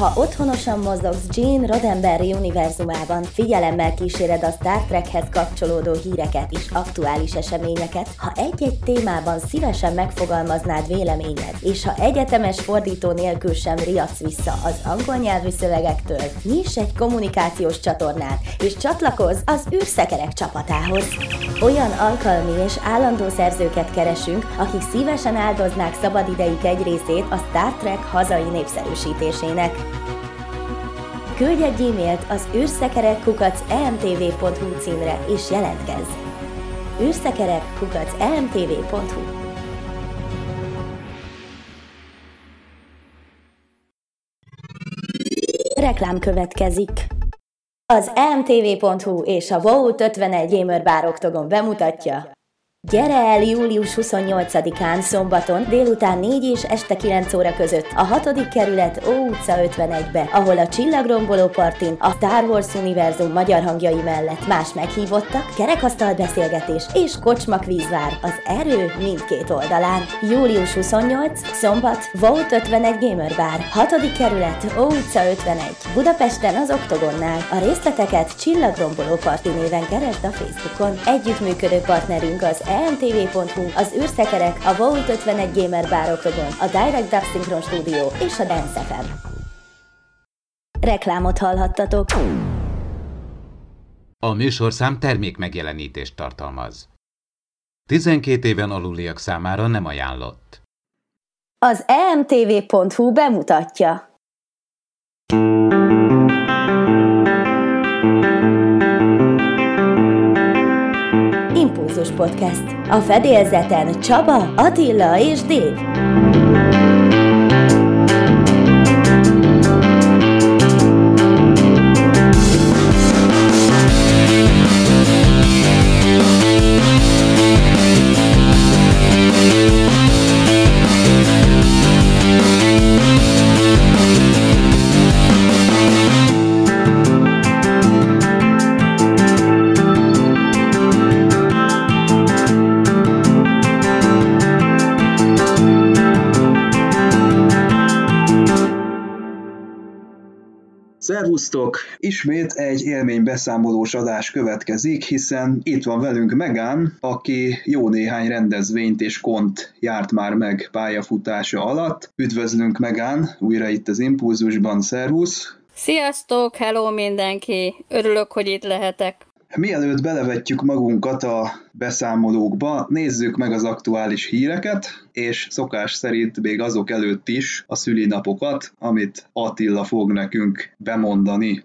Ha otthonosan mozogsz Gene Roddenberry univerzumában, figyelemmel kíséred a Star Trekhez kapcsolódó híreket és aktuális eseményeket, ha egy-egy témában szívesen megfogalmaznád véleményed, és ha egyetemes fordító nélkül sem riadsz vissza az angol nyelvű szövegektől, nyiss egy kommunikációs csatornát, és csatlakozz az űrszekerek csapatához. Olyan alkalmi és állandó szerzőket keresünk, akik szívesen áldoznák szabadideik egy részét a Star Trek hazai népszerűsítésének. Küldj egy e-mailt az űrszekerek@emtv.hu címre és jelentkezz! űrszekerek@emtv.hu. Reklám következik. Az emtv.hu és a Vault 51 Gamer Bar Oktogon bemutatja. Gyere el július 28-án szombaton délután 4 és este 9 óra között a 6. kerület Ó utca 51-be, ahol a Csillagromboló partin a Star Wars univerzum magyar hangjai mellett más meghívottak, kerekasztal beszélgetés és kocsmakvíz vár az erő mindkét oldalán. Július 28, szombat, Vault 51 Gamer Bar, 6. kerület Ó utca 51, Budapesten az Oktogonnál. A részleteket Csillagromboló parti néven keresd a Facebookon. Együttműködő partnerünk az emtv.hu, az űrszekerek, a Vault 51 Gamer Bar Oktogon, a Direct Dub Synchron Studio és a Dance FM. Reklámot hallhattatok. A műsorszám termék megjelenítést tartalmaz. 12 éven aluliak számára nem ajánlott. Az emtv.hu bemutatja. Impulzus Podcast. A fedélzeten Csaba, Attila és Dév. Szervusztok! Ismét egy élménybeszámolós adás következik, hiszen itt van velünk Megán, aki jó néhány rendezvényt és kont járt már meg pályafutása alatt. Üdvözlünk Megán, újra itt az Impulzusban, szervusz! Sziasztok, hello mindenki! Örülök, hogy itt lehetek. Mielőtt belevetjük magunkat a beszámolókba, nézzük meg az aktuális híreket, és szokás szerint még azok előtt is a szülinapokat, amit Attila fog nekünk bemondani.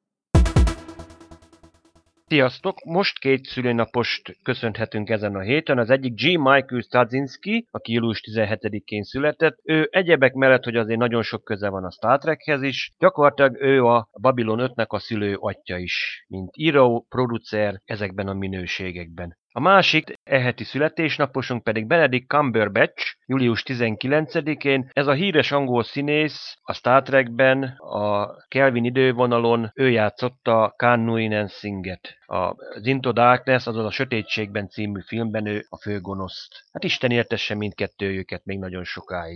Sziasztok! Most két szülinapost köszönhetünk ezen a héten. Az egyik G. Michael Stadzinski, aki július 17-én született. Ő egyebek mellett, hogy azért nagyon sok köze van a Star Trekhez is, gyakorlatilag ő a Babylon 5-nek a szülő atya is, mint író, producer ezekben a minőségekben. A másik eheti születésnaposunk pedig Benedict Cumberbatch, július 19-én. Ez a híres angol színész a Star Trekben, a Kelvin idővonalon, ő játszotta Khan Noonien Singhet. Az Into Darkness, azaz a Sötétségben című filmben ő a főgonoszt. Hát Isten értesse mindkettőjüket még nagyon sokáig.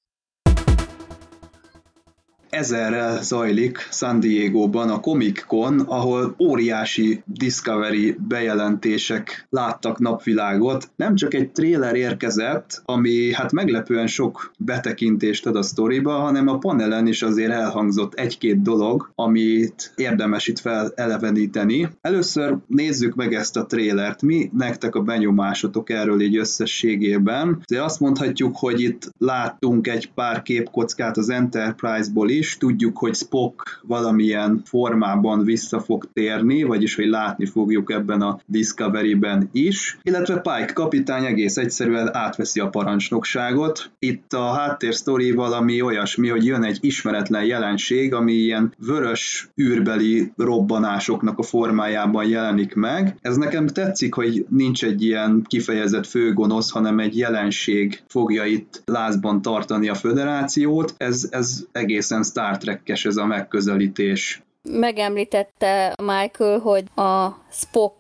Ezerrel zajlik San Diegóban a Comic Con, ahol óriási Discovery bejelentések láttak napvilágot. Nem csak egy trailer érkezett, ami hát meglepően sok betekintést ad a sztoriba, hanem a panelen is azért elhangzott egy-két dolog, amit érdemes itt feleleveníteni. Először nézzük meg ezt a trailert. Mi nektek a benyomásotok erről így összességében? De azt mondhatjuk, hogy itt láttunk egy pár képkockát az Enterprise-ból is, tudjuk, hogy Spock valamilyen formában vissza fog térni, vagyis hogy látni fogjuk ebben a Discovery-ben is, illetve Pike kapitány egész egyszerűen átveszi a parancsnokságot. Itt a háttérsztori valami olyasmi, hogy jön egy ismeretlen jelenség, ami ilyen vörös űrbeli robbanásoknak a formájában jelenik meg. Ez nekem tetszik, hogy nincs egy ilyen kifejezett főgonosz, hanem egy jelenség fogja itt lázban tartani a föderációt. Ez egészen Star Trek-es ez a megközelítés. Megemlítette Michael, hogy a Spock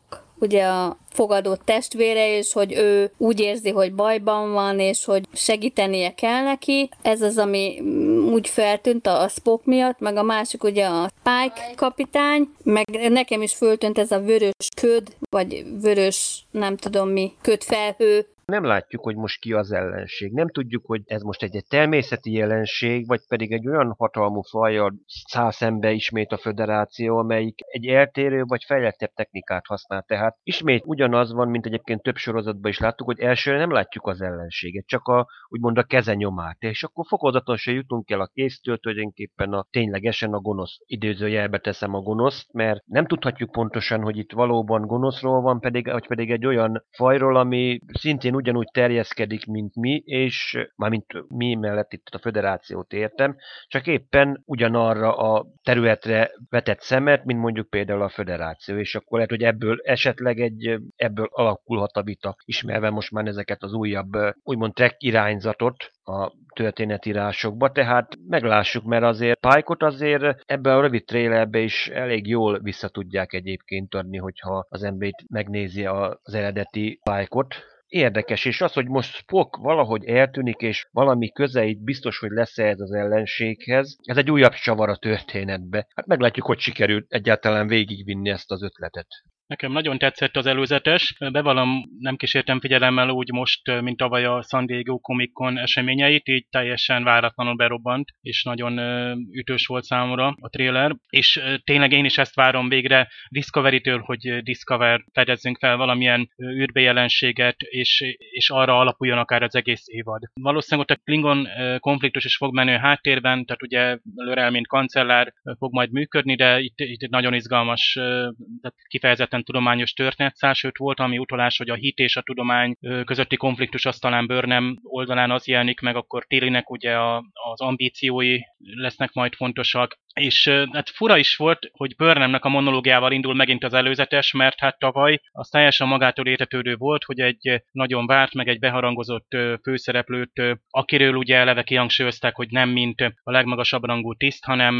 ugye a fogadott testvére, és hogy ő úgy érzi, hogy bajban van, és hogy segítenie kell neki. Ez az, ami úgy feltűnt a Spock miatt, meg a másik ugye a Pike kapitány, meg nekem is föltűnt ez a vörös köd, vagy vörös, nem tudom mi, ködfelhő. Nem látjuk, hogy most ki az ellenség. Nem tudjuk, hogy ez most egy természeti jelenség, vagy pedig egy olyan hatalmú fajjal száll szembe ismét a föderáció, amelyik egy eltérő vagy fejlettebb technikát használ. Tehát ismét ugyanaz van, mint egyébként több sorozatban is láttuk, hogy elsőre nem látjuk az ellenséget, csak úgymond a keze nyomát. És akkor fokozatosan jutunk el a kéztől tulajdonképpen ténylegesen a gonosz. Idézőjelbe teszem a gonoszt, mert nem tudhatjuk pontosan, hogy itt valóban gonoszról van, vagy pedig egy olyan fajról, ami szintén ugyanúgy terjeszkedik, mint mi, és mármint mi mellett itt a föderációt értem, csak éppen ugyanarra a területre vetett szemet, mint mondjuk például a föderáció, és akkor lehet, hogy ebből esetleg ebből alakulhat a vita, ismerve most már ezeket az újabb, úgymond track irányzatot a történetírásokba, tehát meglássuk, mert azért Pike-ot azért ebbe a rövid trailerbe is elég jól vissza tudják egyébként adni, hogyha az ember itt megnézi az eredeti Pike-ot. Érdekes, és az, hogy most Spock valahogy eltűnik, és valami köze itt biztos, hogy lesz ez az ellenséghez, ez egy újabb csavar a történetbe. Hát meglátjuk, hogy sikerült egyáltalán végigvinni ezt az ötletet. Nekem nagyon tetszett az előzetes. Bevallom, nem kísértem figyelemmel úgy most, mint tavaly a San Diego Comic Con eseményeit, így teljesen váratlanul berobbant, és nagyon ütős volt számomra a trailer. És tényleg én is ezt várom végre Discovery-től, hogy Discover fedezzünk fel valamilyen űrbejelenséget, és arra alapuljon akár az egész évad. Valószínűleg ott a Klingon konfliktus is fog menni a háttérben, tehát ugye L'Rell, mint kancellár fog majd működni, de itt nagyon izgalmas, tehát kifejezetten tudományos történetszál, sőt volt ami utalás, hogy a hit és a tudomány közötti konfliktus az talán Burnham oldalán az jelenik meg, akkor Tillynek ugye az ambíciói lesznek majd fontosak. És hát fura is volt, hogy Burnhamnek a monológiával indul megint az előzetes, mert hát tavaly az teljesen magától értetődő volt, hogy egy nagyon várt, meg egy beharangozott főszereplőt, akiről ugye eleve kihangsúlyozták, hogy nem mint a legmagasabb rangú tiszt, hanem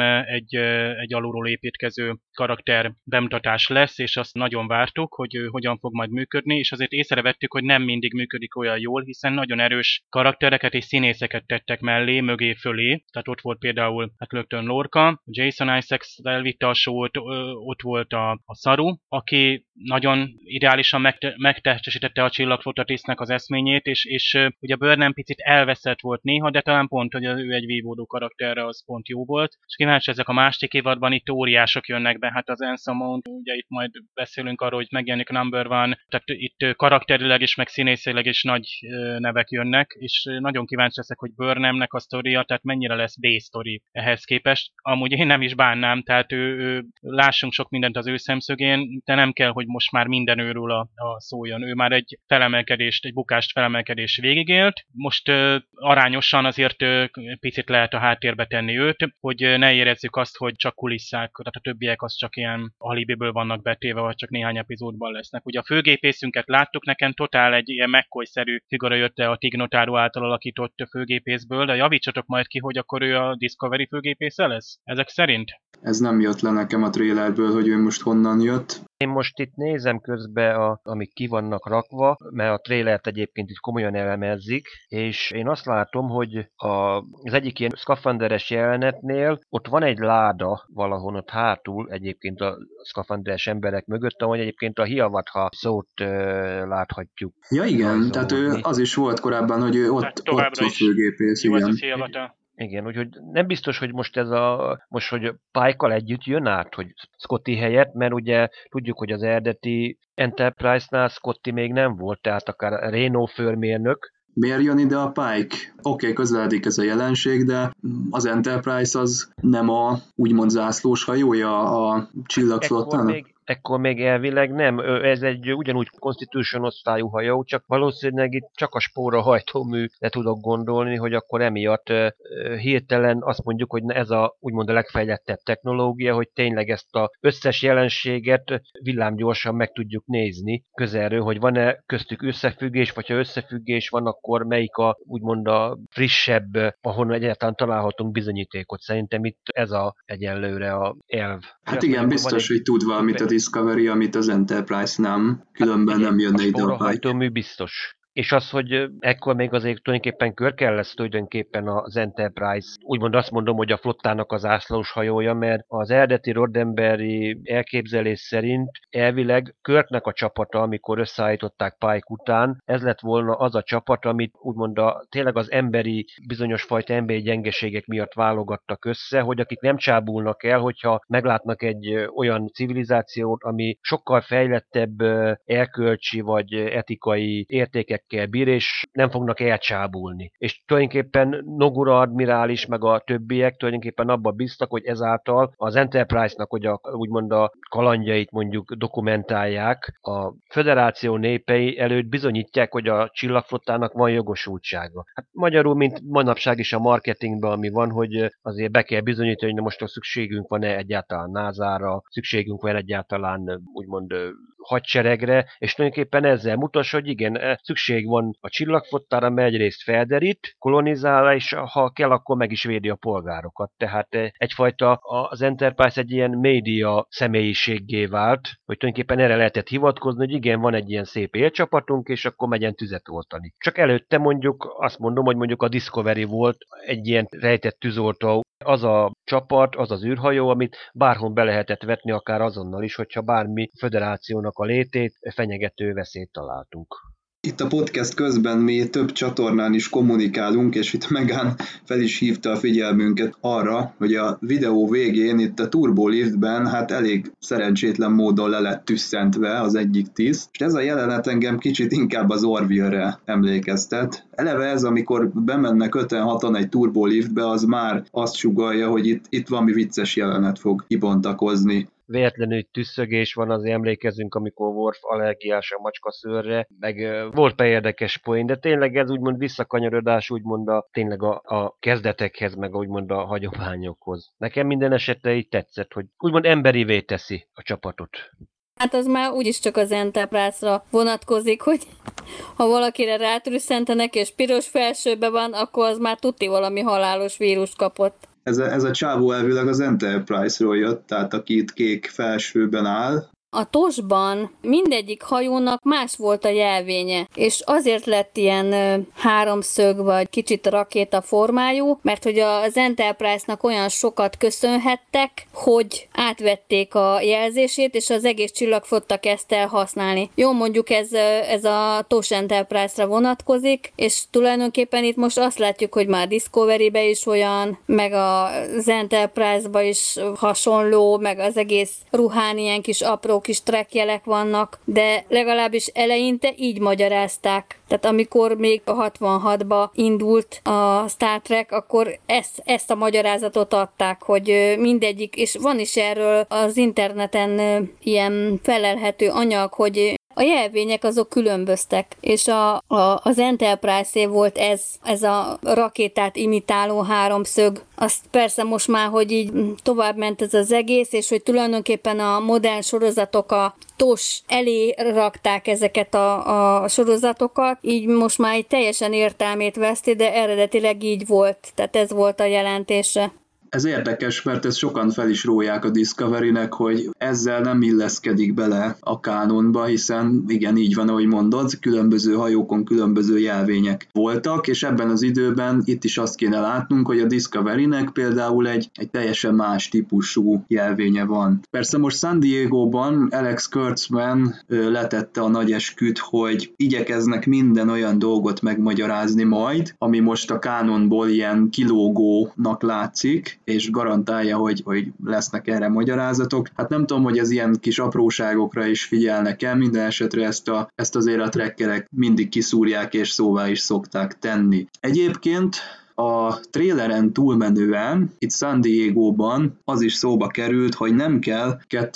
egy alulról építkező karakter bemutatás lesz, és azt nagyon vártuk, hogy hogyan fog majd működni, és azért észrevettük, hogy nem mindig működik olyan jól, hiszen nagyon erős karaktereket és színészeket tettek mellé, mögé, fölé. Tehát ott volt például hát rögtön Lorca, Jason Isaacs elvitte a sót, ott volt a Saru, aki nagyon ideálisan megtestesítette a Csillagflotta tisztnek az eszményét, és ugye Burnham picit elveszett volt néha, de talán pont, hogy ő egy vívódó karakterre, az pont jó volt. És kíváncsi ezek a másik évadban itt óriások jönnek be, hát az Anson Mount, ugye itt majd beszélünk arról, hogy megjelenik Number One, tehát itt karakterileg is, meg színészileg is nagy nevek jönnek, és nagyon kíváncsi leszek, hogy Burnhamnek a sztoria, tehát mennyire lesz B-sztori ehhez képest. Amúgy én nem is bánnám, tehát ő lássunk sok mindent az ő szemszögén, de nem kell, hogy most már minden őről a szóljon. Ő már egy bukást felemelkedést végigélt. Most arányosan azért picit lehet a háttérbe tenni őt, hogy ne érezzük azt, hogy csak kulisszák, tehát a többiek az csak ilyen alibiből vannak betéve, vagy csak néhány epizódban lesznek. Ugye a főgépészünket láttuk, nekem totál egy ilyen McCoy-szerű figura jött a Tig Notaro által alakított főgépészből, de javítsatok majd ki, hogy akkor ő a Discovery főgépésze lesz? Ezek szerint? Ez nem jött le nekem a trailerből, hogy ő most honnan jött. Én most itt nézem közben, amik ki vannak rakva, mert a trailert egyébként itt komolyan elemezzik, és én azt látom, hogy az egyik ilyen szkafanderes jelenetnél ott van egy láda valahol ott hátul, egyébként a szkafanderes emberek mögött, ahol egyébként a Hiawatha szót láthatjuk. Ja igen, tehát ő az is volt korábban, hogy ő ott a főgépész, igen. Igen, úgyhogy nem biztos, hogy most hogy Pike-kal együtt jön át, hogy Scotty helyett, mert ugye tudjuk, hogy az eredeti Enterprise-nál Scotty még nem volt, tehát akár Reno főmérnök. Miért jön ide a Pike? Oké, közeledik ez a jelenség, de az Enterprise az nem a úgymond zászlós hajója a Csillagflottának? Ekkor még elvileg nem. Ez egy ugyanúgy Constitution osztályú hajó, csak valószínűleg itt csak a spórahajtóműre tudok gondolni, hogy akkor emiatt hirtelen azt mondjuk, hogy ez úgymond a legfejlettebb technológia, hogy tényleg ezt az összes jelenséget villámgyorsan meg tudjuk nézni közelről, hogy van-e köztük összefüggés, vagy ha összefüggés van, akkor melyik úgymond a frissebb, ahonnan egyáltalán találhatunk bizonyítékot. Szerintem itt ez egyenlőre a elv. Hát igen, biztos, hogy tud valamit a Discovery, amit az Enterprise nem, különben nem jönne ide a Pike. Spórahajtómű biztos. És az, hogy ekkor még azért tulajdonképpen Kirk lesz tulajdonképpen az Enterprise, úgymond azt mondom, hogy a flottának az ászlós hajója, mert az eredeti Roddenberry elképzelés szerint elvileg Kirknek a csapata, amikor összeállították Pike után, ez lett volna az a csapat, amit úgymond tényleg az bizonyos fajta emberi gyengeségek miatt válogattak össze, hogy akik nem csábulnak el, hogyha meglátnak egy olyan civilizációt, ami sokkal fejlettebb erkölcsi vagy etikai értékek bír, és nem fognak elcsábulni. És tulajdonképpen Nogura admirális, meg a többiek tulajdonképpen abba bíztak, hogy ezáltal az Enterprise-nak, hogy úgymond a kalandjait mondjuk dokumentálják, a föderáció népei előtt bizonyítják, hogy a csillagflottának van jogosultsága. Hát magyarul, mint manapság is a marketingben, ami van, hogy azért be kell bizonyítani, hogy most a szükségünk van-e egyáltalán NASA-ra, szükségünk van egyáltalán úgymond hadseregre, és tulajdonképpen ezzel mutassa, hogy igen, szükség van a csillagflottára, mert egyrészt felderít, kolonizál, és ha kell, akkor meg is védi a polgárokat. Tehát egyfajta az Enterprise egy ilyen média személyiséggé vált, hogy tulajdonképpen erre lehetett hivatkozni, hogy igen, van egy ilyen szép élcsapatunk, és akkor megyen tüzet oltani. Csak előtte mondjuk azt mondom, hogy mondjuk a Discovery volt egy ilyen rejtett tűzoltó, az a csapat, az az űrhajó, amit bárhol be lehetett vetni, akár azonnal is, hogyha bármi föderációnak a létét fenyegető veszélyt találtunk. Itt a podcast közben mi több csatornán is kommunikálunk, és itt Megán fel is hívta a figyelmünket arra, hogy a videó végén itt a turboliftben hát elég szerencsétlen módon le lett tüsszentve az egyik tiszt, és ez a jelenet engem kicsit inkább az Orville-re emlékeztet. Eleve ez, amikor bemennek 5-6-an egy turboliftbe, az már azt sugallja, hogy itt valami vicces jelenet fog kibontakozni. Véletlenül tüsszögés van, azért emlékezünk, amikor Worf allergiás a macskaszőrre, meg volt be érdekes poén, de tényleg ez úgymond visszakanyarodás úgymond tényleg a kezdetekhez, meg úgymond a hagyományokhoz. Nekem minden esetre így tetszett, hogy úgymond emberivé teszi a csapatot. Hát az már úgyis csak az Enterprise-ra vonatkozik, hogy ha valakire rátrüsszentenek és piros felsőbe van, akkor az már tuti valami halálos vírust kapott. Ez a csávó elvileg az Enterprise-ról jött, tehát aki itt kék felsőben áll. A TOS-ban mindegyik hajónak más volt a jelvénye, és azért lett ilyen háromszög vagy kicsit rakéta formájú, mert hogy az Enterprise-nak olyan sokat köszönhettek, hogy átvették a jelzését, és az egész csillagflotta kezdte el használni. Jó, mondjuk ez a TOS Enterprise-ra vonatkozik, és tulajdonképpen itt most azt látjuk, hogy már Discovery-be is olyan, meg az Enterprise-ba is hasonló, meg az egész ruhán ilyen kis apró kis trackjelek vannak, de legalábbis eleinte így magyarázták. Tehát amikor még a 66-ba indult a Star Trek, akkor ezt a magyarázatot adták, hogy mindegyik, és van is erről az interneten ilyen felelhető anyag, hogy a jelvények azok különböztek, és az Enterprise-é volt ez a rakétát imitáló háromszög. Azt persze most már, hogy így továbbment ez az egész, és hogy tulajdonképpen a modern sorozatok a TOS elé rakták ezeket a sorozatokat, így most már így teljesen értelmét veszti, de eredetileg így volt, tehát ez volt a jelentése. Ez érdekes, mert ezt sokan fel is róják a Discovery-nek, hogy ezzel nem illeszkedik bele a kánonba, hiszen igen, így van, ahogy mondod, különböző hajókon különböző jelvények voltak, és ebben az időben itt is azt kéne látnunk, hogy a Discovery-nek például egy teljesen más típusú jelvénye van. Persze most San Diego-ban Alex Kurtzman letette a nagy esküt, hogy igyekeznek minden olyan dolgot megmagyarázni majd, ami most a kánonból ilyen kilógónak látszik, és garantálja, hogy lesznek erre magyarázatok. Hát nem tudom, hogy az ilyen kis apróságokra is figyelnek el, minden esetre ezt azért a trekkerek mindig kiszúrják, és szóvá is szokták tenni. Egyébként a traileren túlmenően itt San Diego-ban az is szóba került, hogy nem kell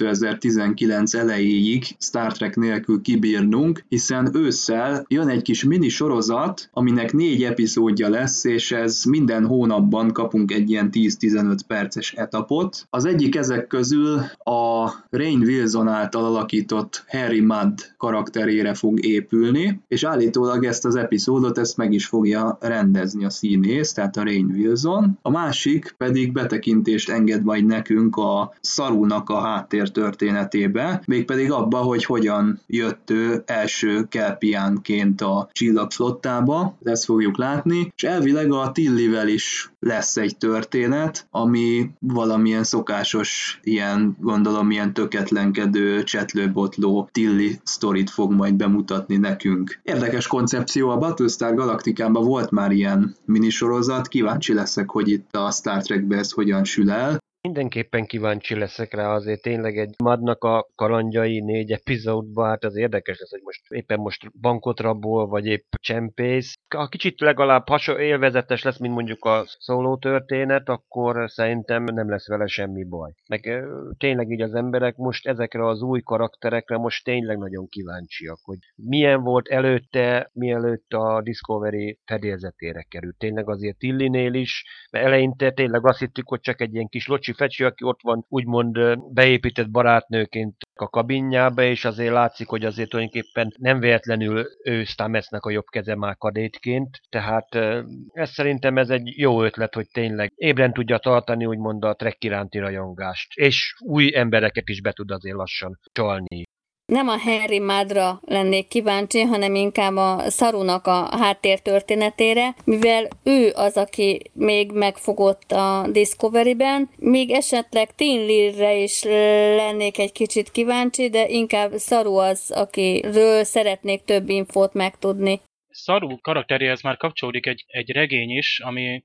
2019 elejéig Star Trek nélkül kibírnunk, hiszen ősszel jön egy kis mini sorozat, aminek 4 epizódja lesz, és ez minden hónapban kapunk egy ilyen 10-15 perces etapot. Az egyik ezek közül a Rainn Wilson által alakított Harry Mudd karakterére fog épülni, és állítólag ezt az epizódot meg is fogja rendezni a színész. rész, tehát a Rainn Wilson, a másik pedig betekintést enged majd nekünk a Sarunak a háttértörténetébe, mégpedig abba, hogy hogyan jött ő első kelpiánként a csillagflottába, ezt fogjuk látni, és elvileg a Tillivel is lesz egy történet, ami valamilyen szokásos, gondolom ilyen töketlenkedő, csetlőbotló Tilly sztorit fog majd bemutatni nekünk. Érdekes koncepció, a Battlestar Galacticában volt már ilyen minisorozat, kíváncsi leszek, hogy itt a Star Trekben ez hogyan sül el. Mindenképpen kíváncsi leszek rá, azért tényleg egy Madnak a kalandjai 4 epizódban, hát az érdekes lesz, hogy éppen most bankot rabol, vagy épp csempész. Ha kicsit legalább élvezetes lesz, mint mondjuk a szóló történet, akkor szerintem nem lesz vele semmi baj. Meg tényleg így az emberek most ezekre az új karakterekre most tényleg nagyon kíváncsiak, hogy milyen volt előtte, mielőtt a Discovery fedélzetére került. Tényleg azért Tillinél is, mert eleinte tényleg azt hittük, hogy csak egy ilyen kis locsi fecsi, aki ott van úgymond beépített barátnőként a kabinjába, és azért látszik, hogy azért tulajdonképpen nem véletlenül ő Stametsnek a jobb keze már kadétként, tehát szerintem ez egy jó ötlet, hogy tényleg ébren tudja tartani úgymond a Trek iránti rajongást, és új embereket is be tud azért lassan csalni. Nem a Henry Muddra lennék kíváncsi, hanem inkább a Sarunak a háttértörténetére, mivel ő az, aki még megfogott a Discovery-ben, még esetleg Tillyre is lennék egy kicsit kíváncsi, de inkább Saru az, akiről szeretnék több infót megtudni. Saru karakteréhez már kapcsolódik egy regény is, ami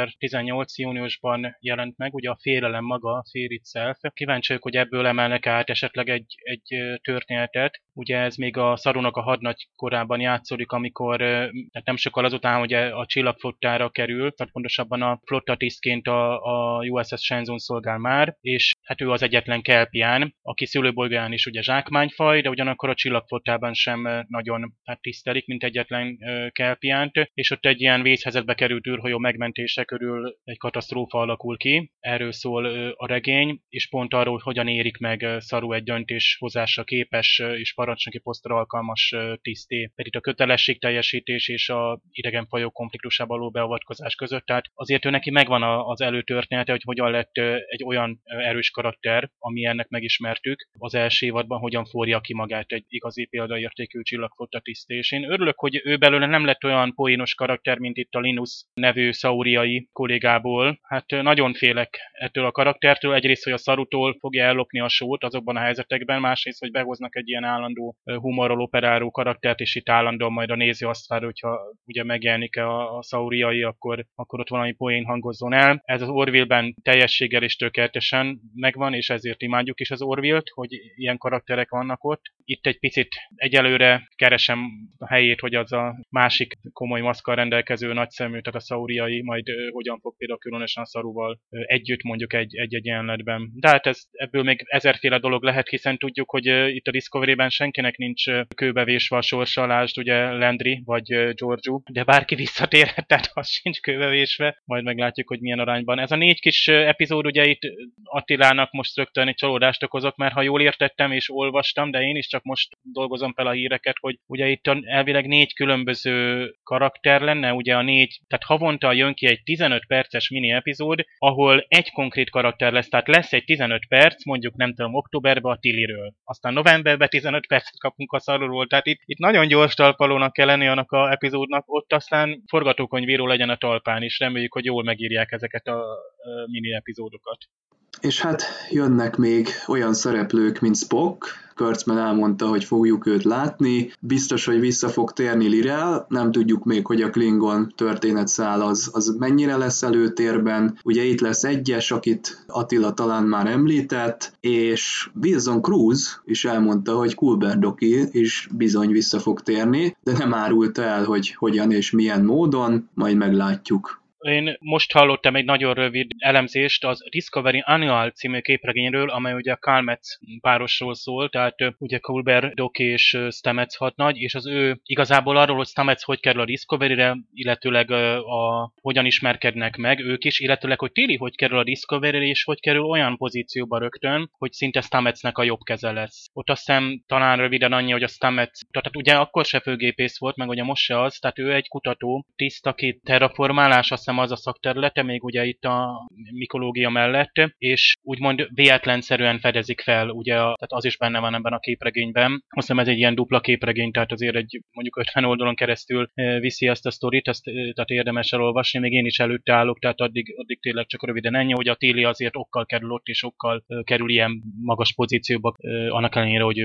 2018. júniusban jelent meg, ugye a Félelem maga, Fear Itself. Kíváncsi vagyok, hogy ebből emelnek át esetleg egy történetet. Ugye ez még a Sarunak a hadnagy korában játszódik, amikor tehát nem sokkal azután, hogy a csillagflottára kerül, tehát pontosabban a flottatisztként a USS Shenzhou szolgál már, és hát ő az egyetlen kelpián, aki szülőbolygóján is ugye zsákmányfaj, de ugyanakkor a csillagflottában sem nagyon tisztelik, mint egyetlen kelpiánt, és ott egy ilyen vészhelyzetbe került űrhajó megmentése körül egy katasztrófa alakul ki. Erről szól a regény, és pont arról, hogy hogyan érik meg Saru egy döntéshozásra képes és parancsnoki posztra alkalmas tiszté. Tehát itt a kötelességteljesítés és a idegenfajok konfliktusába való beavatkozás között. Tehát azért ő neki megvan az előtörténete, hogy hogyan lett egy olyan erős karakter, ami ennek megismertük az első évadban, hogyan forja ki magát egy igazi példaértékű csillagflotta tiszté. És én örülök, hogy ő belőle nem lett olyan poénos karakter, mint itt a Linus nevű szauriai kollégából. Hát nagyon félek ettől a karaktertől. Egyrészt, hogy a Sarutól fogja ellopni a sót azokban a helyzetekben, másrészt, hogy behoznak egy ilyen állandó humorral operáló karaktert, és itt állandóan majd a néző azt vár, hogyha ugye megjelenik a szauriai, akkor ott valami poén hangozzon el. Ez az Orville-ben teljességgel és tökéletesen megvan, és ezért imádjuk is az Orville-t, hogy ilyen karakterek vannak ott. Itt egy picit egyelőre keresem a helyét, hogy az a másik komoly maszkkal rendelkező nagyszemű, tehát a szauriai majd hogyan fog például különösen a Saruval együtt mondjuk egy jelenetben. De hát ebből még ezerféle dolog lehet, hiszen tudjuk, hogy itt a Discovery-ben senkinek nincs kőbevésve a sorsalást, ugye Landry vagy Georgiou, de bárki visszatérhet, tehát az sincs kőbevésve, majd meglátjuk, hogy milyen arányban. Ez a 4 kis epizód, ugye itt Attilának most rögtön egy csalódást okozok, mert ha jól értettem és olvastam, de én is csak most dolgozom fel a híreket, hogy ugye itt elvileg 4 különböző karakter lenne, ugye tehát havonta jön ki egy 15 perces mini epizód, ahol egy konkrét karakter lesz, tehát lesz egy 15 perc, mondjuk nem tudom, októberben a Tillyről. Aztán novemberben 15 percet kapunk a Saruról, tehát itt nagyon gyors talpalónak kell lenni annak a epizódnak, ott aztán forgatókönyvíró legyen a talpán is, reméljük, hogy jól megírják ezeket a mini epizódokat. És hát jönnek még olyan szereplők, mint Spock. Kurtzman elmondta, hogy fogjuk őt látni. Biztos, hogy vissza fog térni L'Rell. Nem tudjuk még, hogy a Klingon történetszál az mennyire lesz előtérben. Ugye itt lesz egyes, akit Attila talán már említett, és Wilson Cruz is elmondta, hogy Culber Doki is bizony vissza fog térni, de nem árulta el, hogy hogyan és milyen módon, majd meglátjuk. Én most hallottam egy nagyon rövid elemzést az Discovery Annual című képregényről, amely ugye a Calmetz párosról szól, tehát ugye Culber Doki és Stamets hadnagy, és az ő igazából arról, hogy Stamets hogy kerül a Discovery-re, illetőleg hogyan ismerkednek meg ők is, illetőleg, hogy Tilly hogy kerül a Discovery-re, és hogy kerül olyan pozícióba rögtön, hogy szinte Stametsnek a jobb keze lesz. Ott azt hiszem talán röviden annyi, hogy a Stamets, tehát ugye akkor se főgépész volt, meg ugye most se az, tehát ő egy kutató, tiszt, aki terraformálás, azt hiszem az a szakterülete, még ugye itt a mikológia mellett, és úgymond véletlenszerűen fedezik fel, ugye, tehát az is benne van ebben a képregényben. Azt hiszem ez egy ilyen dupla képregény, tehát azért egy mondjuk 50 oldalon keresztül viszi ezt a sztorit, tehát érdemes elolvasni, még én is előtte állok, tehát addig tényleg csak röviden ennyi, hogy a Tilly azért okkal kerül ott, és okkal kerül ilyen magas pozícióba, annak ellenére, hogy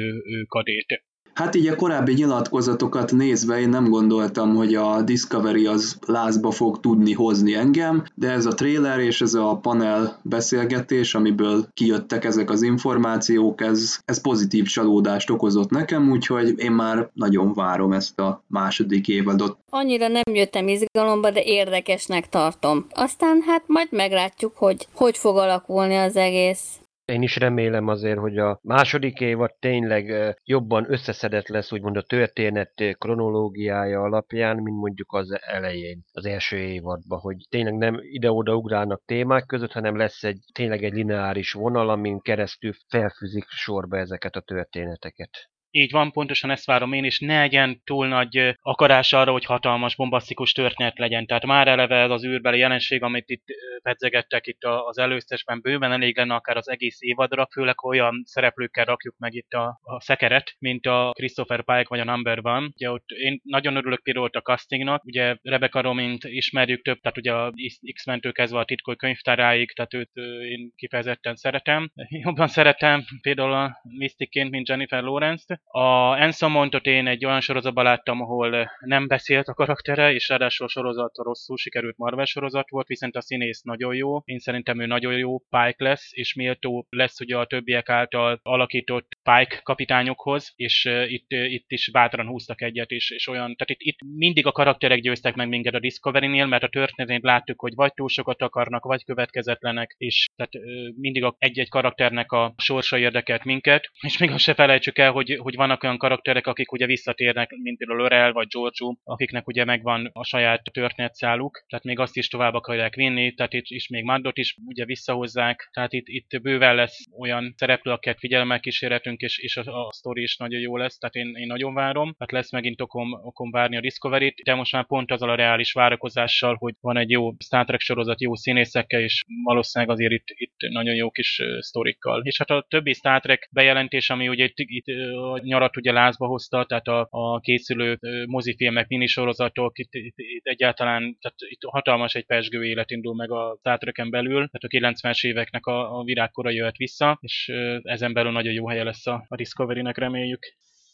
ő kadét. Hát így a korábbi nyilatkozatokat nézve én nem gondoltam, hogy a Discovery az lázba fog tudni hozni engem, de ez a trailer és ez a panel beszélgetés, amiből kijöttek ezek az információk, ez pozitív csalódást okozott nekem, úgyhogy én már nagyon várom ezt a második évadot. Annyira nem jöttem izgalomba, de érdekesnek tartom. Aztán hát majd meglátjuk, hogy fog alakulni az egész. Én is remélem azért, hogy a második évad tényleg jobban összeszedett lesz, úgymond a történet kronológiája alapján, mint mondjuk az elején, az első évadban, hogy tényleg nem ide-oda ugrálnak témák között, hanem lesz tényleg egy lineáris vonal, amin keresztül felfűzik sorba ezeket a történeteket. Így van, pontosan ezt várom én, és ne legyen túl nagy akarás arra, hogy hatalmas, bombasztikus történet legyen. Tehát már eleve ez az űrbeli jelenség, amit itt pedzegettek itt az előztesben, bőven elég lenne akár az egész évadra, főleg olyan szereplőkkel rakjuk meg itt a szekeret, mint a Christopher Pike vagy a Number One. Ugye ott én nagyon örülök például a castingnak, ugye Rebecca Romint ismerjük több, tehát ugye a X-mentől kezdve a titkoly könyvtáráig, tehát őt én kifejezetten szeretem. Jobban szeretem például a Mysticként, mint Jennifer Lawrence-t. A Anson-Mountot én egy olyan sorozatban láttam, ahol nem beszélt a karaktere, és ráadásul a sorozat rosszul sikerült Marvel sorozat volt, viszont a színész nagyon jó. Én szerintem ő nagyon jó Pike lesz, és méltó lesz ugye a többiek által alakított Pike kapitányokhoz, és itt is bátran húztak egyet, és olyan, tehát itt mindig a karakterek győztek meg minket a Discovery-nél, mert a történetén láttuk, hogy vagy túl sokat akarnak, vagy következetlenek, és tehát mindig egy-egy karakternek a sorsa érdekelt minket, és még azt se felejtsük el, hogy vannak olyan karakterek, akik ugye visszatérnek, mint például L'Orel vagy Giorgio, akiknek ugye megvan a saját történetszáluk, tehát még azt is tovább akarják vinni, tehát itt is még Maddot is ugye visszahozzák, tehát itt bőven lesz olyan szereplő, akiket figyelemmel kísérhetünk, és a sztori is nagyon jó lesz, tehát én nagyon várom, tehát lesz megint okom várni a Discovery-t, de most már pont azzal a reális várakozással, hogy van egy jó Star Trek sorozat jó színészekkel, és valószínűleg azért itt nagyon jó kis sztorikkal. És hát a többi Star Trek bejelentés, ami ugye itt a nyarat ugye lázba hozta, tehát a készülő mozifilmek, minisorozatok, itt egyáltalán, tehát itt hatalmas egy pezsgő élet indul meg a Star Treken belül, tehát a 90-es éveknek a virágkora jöhet vissza, és ezen belül nagyon jó helye lesz a Discovery-nek, reméljük.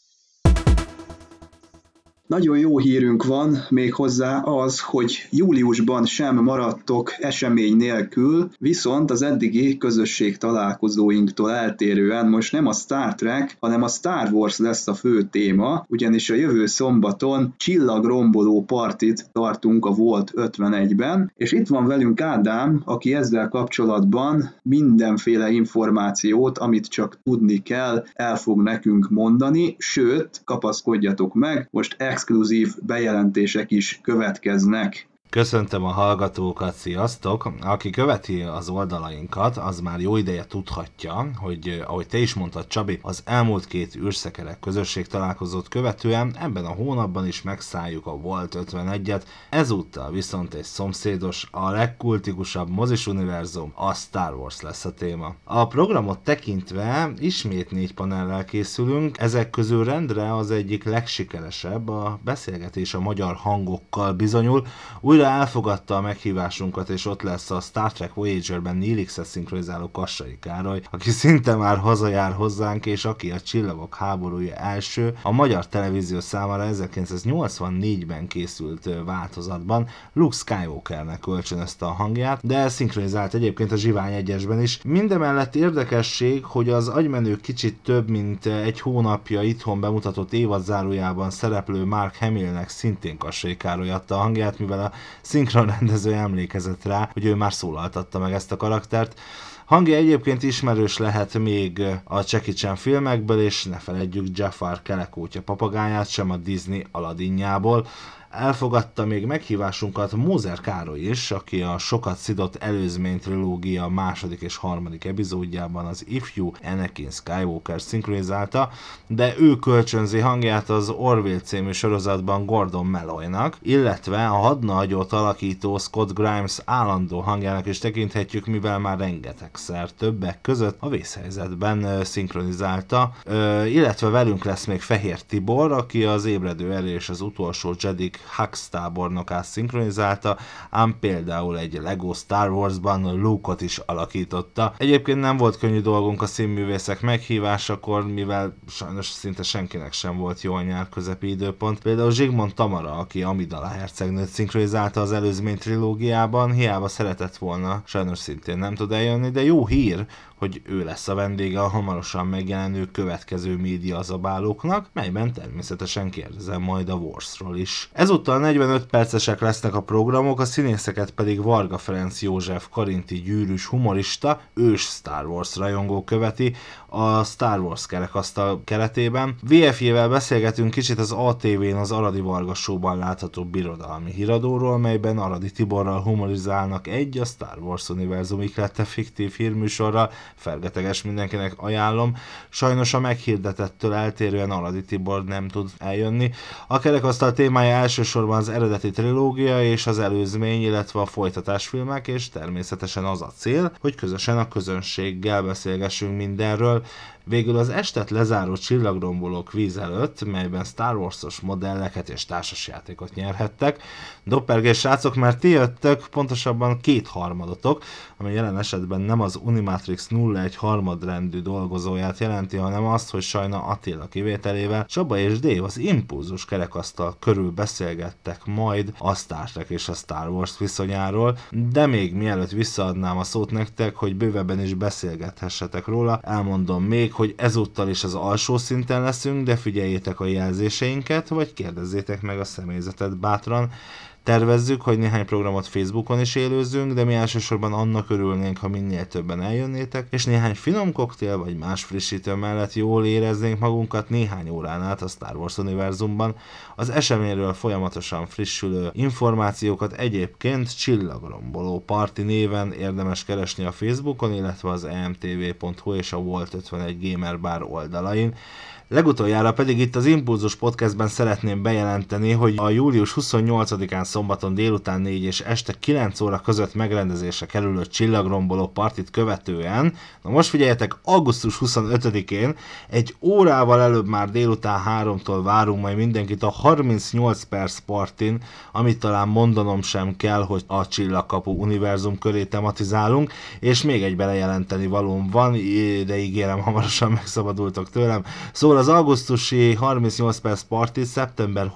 Nagyon jó hírünk van méghozzá az, hogy júliusban sem maradtok esemény nélkül, viszont az eddigi közösség találkozóinktól eltérően most nem a Star Trek, hanem a Star Wars lesz a fő téma, ugyanis a jövő szombaton csillagromboló partit tartunk a Volt 51-ben, és itt van velünk Ádám, aki ezzel kapcsolatban mindenféle információt, amit csak tudni kell, el fog nekünk mondani, sőt, kapaszkodjatok meg, most exkluzív bejelentések is következnek. Köszöntöm a hallgatókat, sziasztok! Aki követi az oldalainkat, az már jó ideje tudhatja, hogy ahogy te is mondtad, Csabi, az elmúlt 2 űrszekerek közösség találkozót követően ebben a hónapban is megszálljuk a Volt 51-et, ezúttal viszont egy szomszédos, a legkultikusabb mozis univerzum, a Star Wars lesz a téma. A programot tekintve ismét 4 panellel készülünk, ezek közül rendre az egyik legsikeresebb, a beszélgetés a magyar hangokkal bizonyul, újra elfogadta a meghívásunkat, és ott lesz a Star Trek Voyager-ben Neil X-et szinkronizáló Kassai Károly, aki szinte már hazajár hozzánk, és aki a Csillagok háborúja első, a magyar televízió számára 1984-ben készült változatban Luke Skywalkernek kölcsönözte a hangját, de szinkronizált egyébként a Zsivány 1-esben is. Mindemellett érdekesség, hogy az agymenő kicsit több mint egy hónapja itthon bemutatott évadzárójában szereplő Mark Hamillnek szintén Kassai Károly adta a hangját, mivel a szinkronrendező emlékezett rá, hogy ő már szólaltatta meg ezt a karaktert. Hangja egyébként ismerős lehet még a Jackie Chan filmekből, és ne feledjük Jafar kelekótya papagáját sem a Disney Aladdinjából. Elfogadta még meghívásunkat Mózer Károly is, aki a sokat szidott előzmény trilógia második és harmadik epizódjában az ifjú Anakin Skywalker szinkronizálta, de ő kölcsönzi hangját az Orville című sorozatban Gordon Malloynak, illetve a hadnagyot alakító Scott Grimes állandó hangjának is tekinthetjük, mivel már rengetegszer többek között a Vészhelyzetben szinkronizálta, illetve velünk lesz még Fehér Tibor, aki az Ébredő erő és az utolsó Jedik Hux tábornokát szinkronizálta, ám például egy Lego Star Warsban Luke-ot is alakította. Egyébként nem volt könnyű dolgunk a színművészek meghívásakor, mivel sajnos szinte senkinek sem volt jó a nyár közepi időpont. Például Zsigmond Tamara, aki Amidala hercegnőt szinkronizálta az előzmény trilógiában, hiába szeretett volna, sajnos szintén nem tud eljönni, de jó hír, hogy ő lesz a vendége a hamarosan megjelenő következő médiazabálóknak, melyben természetesen kérdezem majd a Warsról is. Ezúttal 45 percesek lesznek a programok, a színészeket pedig Varga Ferenc József karinti gyűrűs humorista, ős Star Wars rajongó követi a Star Wars kerekasztal keretében. VFJ-vel beszélgetünk kicsit az ATV-n az Aradi Varga Show-ban látható birodalmi híradóról, melyben Aradi Tiborral humorizálnak a Star Wars univerzum iklette fiktív hírműsorral. Fergeteges, mindenkinek ajánlom. Sajnos a meghirdetettől eltérően Aradi Tibor nem tud eljönni. A kerekasztal témája elsősorban az eredeti trilógia és az előzmény, illetve a folytatásfilmek, és természetesen az a cél, hogy közösen a közönséggel beszélgessünk mindenről. Végül az estet lezáró csillagromboló kvíz előtt, melyben Star Wars-os modelleket és társasjátékot nyerhettek. Doppergés srácok, mert ti jöttök, pontosabban 2/3, ami jelen esetben nem az Unimatrix 01 harmadrendű dolgozóját jelenti, hanem azt, hogy Sajna Attila kivételével Csaba és Dave az impulzus kerekasztal körül beszélgettek majd a Star Trek és a Star Wars viszonyáról, de még mielőtt visszaadnám a szót nektek, hogy bővebben is beszélgethessetek róla, elmondom még, hogy ezúttal is az alsó szinten leszünk, de figyeljétek a jelzéseinket, vagy kérdezzétek meg a személyzetet bátran. Tervezzük, hogy néhány programot Facebookon is élőzzünk, de mi elsősorban annak örülnénk, ha minél többen eljönnétek, és néhány finom koktél vagy más frissítő mellett jól éreznénk magunkat néhány órán át a Star Wars univerzumban. Az eseményről folyamatosan frissülő információkat egyébként Csillagromboló Party néven érdemes keresni a Facebookon, illetve az emtv.hu és a Volt 51 Gamer Bar oldalain. Legutoljára pedig itt az Impulzus Podcastben szeretném bejelenteni, hogy a július 28-án szombaton délután 4 és este 9 óra között megrendezésre kerülő Csillagromboló partit követően, na most figyeljetek, augusztus 25-én egy órával előbb már délután 3-tól várunk majd mindenkit a 38 perc partin, amit talán mondanom sem kell, hogy a Csillagkapu univerzum köré tematizálunk, és még egy belejelenteni valóm van, de ígérem, hamarosan megszabadultok tőlem. Szóval az augusztusi 38 perc party szeptember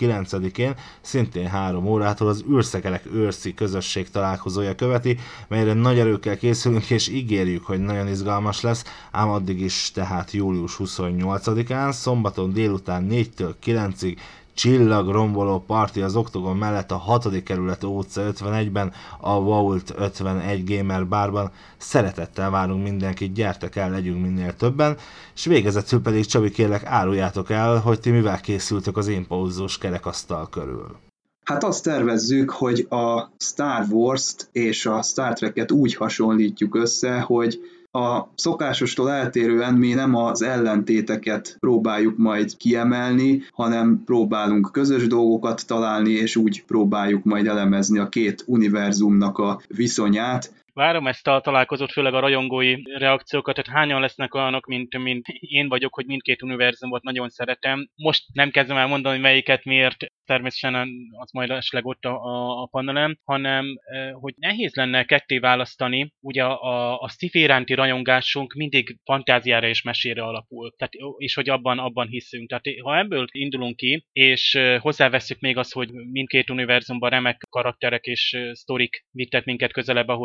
29-én szintén 3 órától az űrszekerek őrszi közösség találkozója követi, melyre nagy erőkkel készülünk és ígérjük, hogy nagyon izgalmas lesz, ám addig is, tehát július 28-án, szombaton délután 4-től 9-ig Csillagromboló party az Oktogon mellett a 6. kerület utca 51-ben, a Vault 51 Gamer Barban. Szeretettel várunk mindenkit, gyertek el, legyünk minél többen, és végezetül pedig Csabi, kérlek, áruljátok el, hogy ti mivel készültök az impulzus kerekasztal körül. Hát azt tervezzük, hogy a Star Wars-t és a Star Trek-et úgy hasonlítjuk össze, hogy a szokásostól eltérően mi nem az ellentéteket próbáljuk majd kiemelni, hanem próbálunk közös dolgokat találni, és úgy próbáljuk majd elemezni a két univerzumnak a viszonyát. Várom ezt a találkozót, főleg a rajongói reakciókat, tehát hányan lesznek olyanok, mint én vagyok, hogy mindkét univerzumot nagyon szeretem. Most nem kezdem el mondani, hogy melyiket miért, természetesen az majd esetleg ott a panelem, hanem hogy nehéz lenne ketté választani. Ugye a sci-fi iránti rajongásunk mindig fantáziára és mesére alapul, tehát, és hogy abban hiszünk. Tehát ha ebből indulunk ki, és hozzáveszünk még azt, hogy mindkét univerzumban remek karakterek és sztorik vittek minket közelebb ahhoz a világ,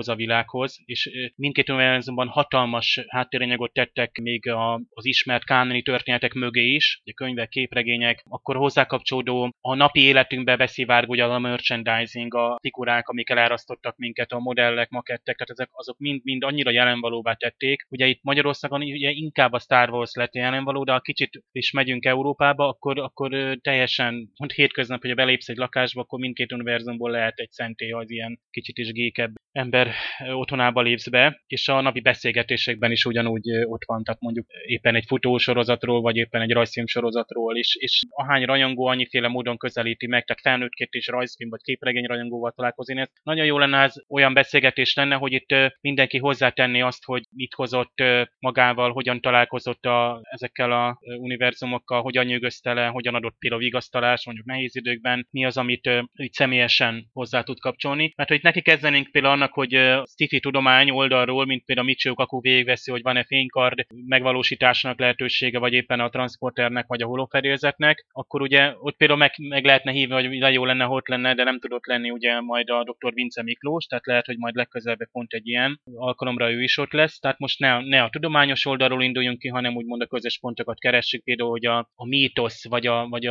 világhoz, és mindkét univerzumban hatalmas háttéranyagot tettek még az ismert kánoni történetek mögé is, ugye könyvek, képregények, akkor hozzákapcsolódó a napi életünkbe beszivárg ugye a merchandising, a figurák, amik elárasztottak minket, a modellek, makettek, tehát ezek azok mind annyira jelenvalóvá tették. Ugye itt Magyarországon ugye inkább a Star Wars lett jelenvaló, de ha kicsit is megyünk Európába, akkor teljesen, hétköznap, hogyha belépsz egy lakásba, akkor mindkét univerzumból lehet egy szentély, az ilyen kicsit is gékebb ember otthonába lépsz be, és a napi beszélgetésekben is ugyanúgy ott van, tehát mondjuk éppen egy futósorozatról, vagy éppen egy rajzfilm sorozatról is, és ahány rajongó annyiféle módon közelíti meg, tehát felnőttként is rajzfilm vagy képregény rajongóval találkozni. Ez nagyon jó lenne, ez olyan beszélgetés lenne, hogy itt mindenki hozzátenni azt, hogy mit hozott magával, hogyan találkozott ezekkel a univerzumokkal, hogyan nyűgözte le, hogyan adott például vigasztalást, mondjuk nehéz időkben, mi az, amit így személyesen hozzá tud kapcsolni. Mert hogy neki kezdenénk például annak, hogy sci-fi tudomány oldalról, mint például Michio Kaku végigveszi, hogy van-e fénykard megvalósításának lehetősége, vagy éppen a transporternek, vagy a holofedélzetnek, akkor ugye ott például meg lehetne hívni, hogy de jó lenne, ott lenne, de nem tudott lenni ugye majd a dr. Vince Miklós, tehát lehet, hogy majd legközelebb pont egy ilyen alkalomra ő is ott lesz. Tehát most ne a tudományos oldalról induljunk ki, hanem úgymond a közös pontokat keressük, például, hogy a mítosz, vagy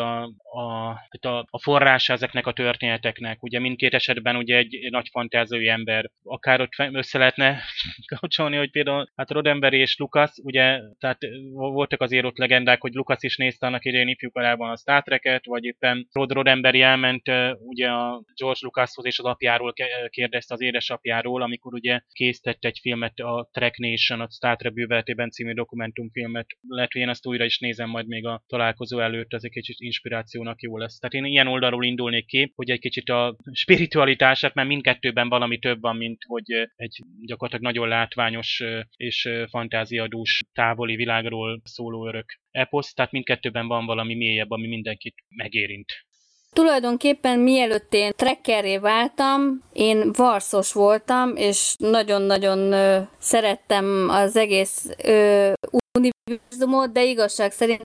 a forrása ezeknek a történeteknek. Ugye mindkét esetben ugye egy nagy fantáziai ember. Akár ott össze lehetne kapcsolni, hogy például hát Roddenberry és Lucas, ugye, tehát voltak azért ott legendák, hogy Lucas is nézte annak idején ifjúkorában a Star Trek-et, vagy éppen Roddenberry elment ugye a George Lucashoz és az apjáról kérdezte, az édesapjáról, amikor ugye készített egy filmet, a Trek Nation, a Star Trek bűveletében című dokumentumfilmet. Lehet, hogy én azt újra is nézem majd még a találkozó előtt, ez egy kicsit inspirációnak jó lesz. Tehát én ilyen oldalról indulnék ki, hogy egy kicsit a spiritualitását, mert mindkettőben valami több van, mint hogy egy gyakorlatilag nagyon látványos és fantáziadús távoli világról szóló örök eposz, tehát mindkettőben van valami mélyebb, ami mindenkit megérint. Tulajdonképpen mielőtt én trekkerré váltam, én varszos voltam, és nagyon-nagyon szerettem az egész univerzumot, de igazság szerint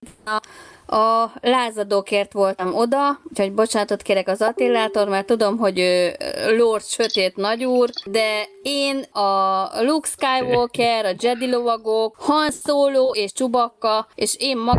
a lázadókért voltam oda, úgyhogy bocsánatot kérek az Attilától, mert tudom, hogy Lord Sötét Nagyúr, de én a Luke Skywalker, a Jedi lovagok, Han Solo és Chewbacca, és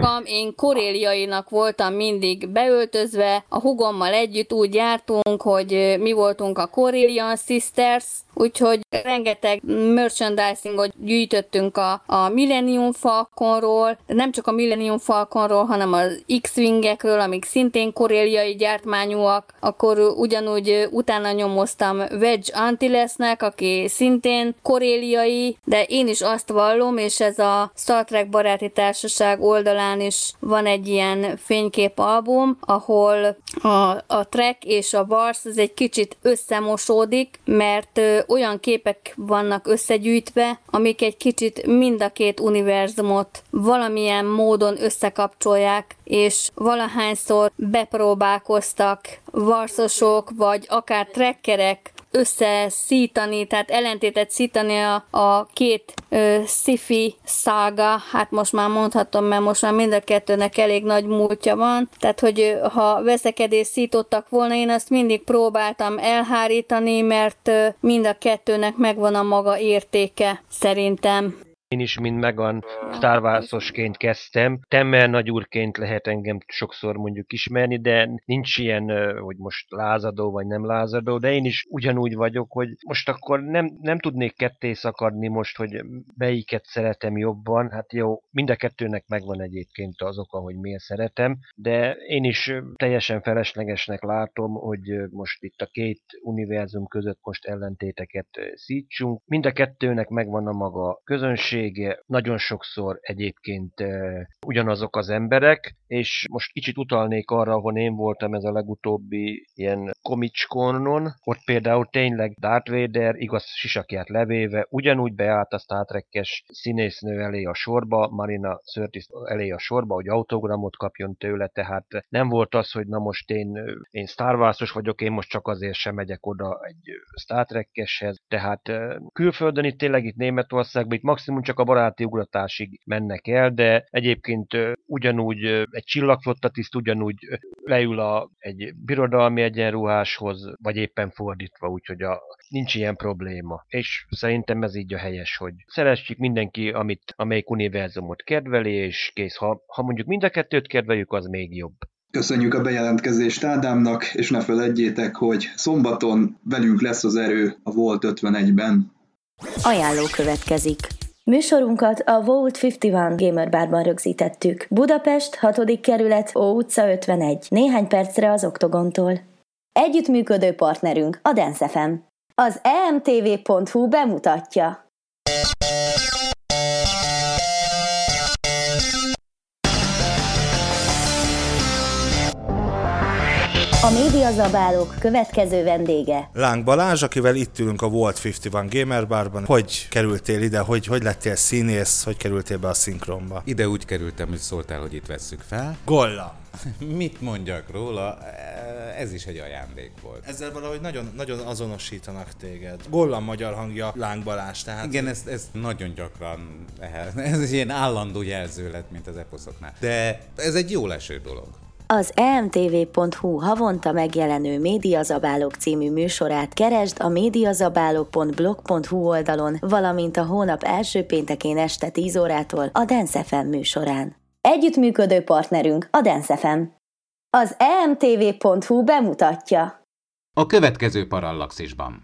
én koréliainak voltam mindig beöltözve, a hugommal együtt úgy jártunk, hogy mi voltunk a Corellian Sisters, úgyhogy rengeteg merchandisingot gyűjtöttünk a Millennium Falconról, nem csak a Millennium Falconról, hanem az X-Wingekről, amik szintén koréliai gyártmányúak, akkor ugyanúgy utána nyomoztam Wedge Antillesnek, aki szintén koréliai, de én is azt vallom, és ez a Star Trek Baráti Társaság oldalán is van egy ilyen fényképalbum, ahol a Trek és a Wars ez egy kicsit összemosódik, mert olyan képek vannak összegyűjtve, amik egy kicsit mind a két univerzumot valamilyen módon összekapcsolják, és valahányszor bepróbálkoztak varszosok, vagy akár trekkerek összeszítani, tehát ellentétet szítani a két sci-fi szága, hát most már mondhatom, mert most már mind a kettőnek elég nagy múltja van, tehát hogy ha veszekedés szítottak volna, én azt mindig próbáltam elhárítani, mert mind a kettőnek megvan a maga értéke, szerintem. Én is mind Megan Star Wars-osként kezdtem. Temmer nagyúrként lehet engem sokszor mondjuk ismerni, de nincs ilyen, hogy most lázadó vagy nem lázadó, de én is ugyanúgy vagyok, hogy most akkor nem tudnék ketté szakadni most, hogy melyiket szeretem jobban. Hát jó, mind a kettőnek megvan egyébként az oka, hogy miért szeretem, de én is teljesen feleslegesnek látom, hogy most itt a két univerzum között most ellentéteket szítsunk. Mind a kettőnek megvan a maga közönség, nagyon sokszor egyébként ugyanazok az emberek, és most kicsit utalnék arra, ahol én voltam ez a legutóbbi ilyen Comic-Conon, ott például tényleg Darth Vader igaz sisakját levéve ugyanúgy beállt a Star Trek-es színésznő elé a sorba, Marina Sirtis elé a sorba, hogy autogramot kapjon tőle, tehát nem volt az, hogy na most én Star Wars-os vagyok, én most csak azért sem megyek oda egy Star Trek-eshez, tehát külföldön itt tényleg itt Németországban itt maximum csak a baráti ugratásig mennek el, de egyébként ugyanúgy egy csillagflottatiszt ugyanúgy leül egy birodalmi egyenruháshoz, vagy éppen fordítva, úgyhogy nincs ilyen probléma. És szerintem ez így a helyes, hogy szeressük mindenki, amelyik univerzumot kedveli, és kész. Ha mondjuk mind a kettőt kedveljük, az még jobb. Köszönjük a bejelentkezést Ádámnak, és ne feledjétek, hogy szombaton velünk lesz az erő a Volt 51-ben. Ajánló következik. Műsorunkat a Vault 51 Gamer Barban rögzítettük. Budapest, 6. kerület, Ó utca 51. Néhány percre az Oktogontól. Együttműködő partnerünk a Dance FM. Az emtv.hu bemutatja. A médiazabálók következő vendége. Láng Balázs, akivel itt ülünk a Vault 51 Gamer Barban. Hogy kerültél ide? Hogy lettél színész? Hogy kerültél be a szinkronba? Ide úgy kerültem, hogy szóltál, hogy itt vesszük fel. Golla! Mit mondjak róla? Ez is egy ajándék volt. Ezzel valahogy nagyon, nagyon azonosítanak téged. Golla magyar hangja, Láng Balázs, tehát... Igen, ez nagyon gyakran, ez egy ilyen állandó jelző lett, mint az eposzoknál. De ez egy jól eső dolog. Az emtv.hu havonta megjelenő Médiazabálók című műsorát keresd a médiazabálók.blog.hu oldalon, valamint a hónap első péntekén este 10 órától a Dance FM műsorán. Együttműködő partnerünk a Dance FM. Az emtv.hu bemutatja. A következő Parallaxisban.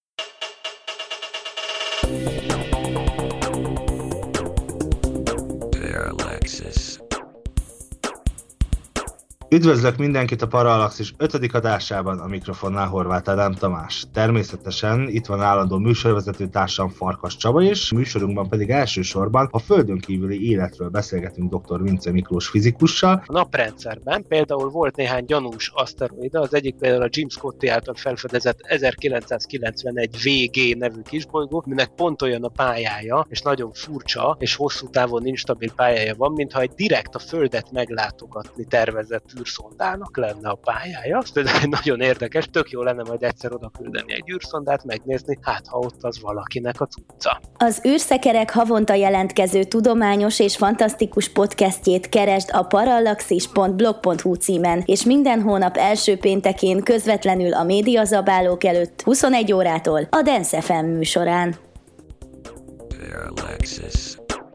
Üdvözlök mindenkit a Parallaxis 5. adásában, a mikrofonnál Horváth Ádám Tamás. Természetesen itt van állandó műsorvezető társam Farkas Csaba is, műsorunkban pedig elsősorban a földön kívüli életről beszélgetünk dr. Vince Miklós fizikussal. A naprendszerben például volt néhány gyanús aszteroida, az egyik például a Jim Scotty által felfedezett 1991 VG nevű kisbolygó, aminek pont olyan a pályája, és nagyon furcsa, és hosszú távon instabil pályája van, mintha egy direkt a Földet meglátogatni tervezett űrszondának lenne a pályája. Ez például nagyon érdekes, tök jó lenne majd egyszer oda küldeni egy űrszondát, megnézni, hát ha ott az valakinek a cucca. Az űrszekerek havonta jelentkező tudományos és fantasztikus podcastjét keresd a parallaxis.blog.hu címen, és minden hónap első péntekén közvetlenül a médiazabálók előtt 21 órától a Dance FM műsorán. Parallaxis.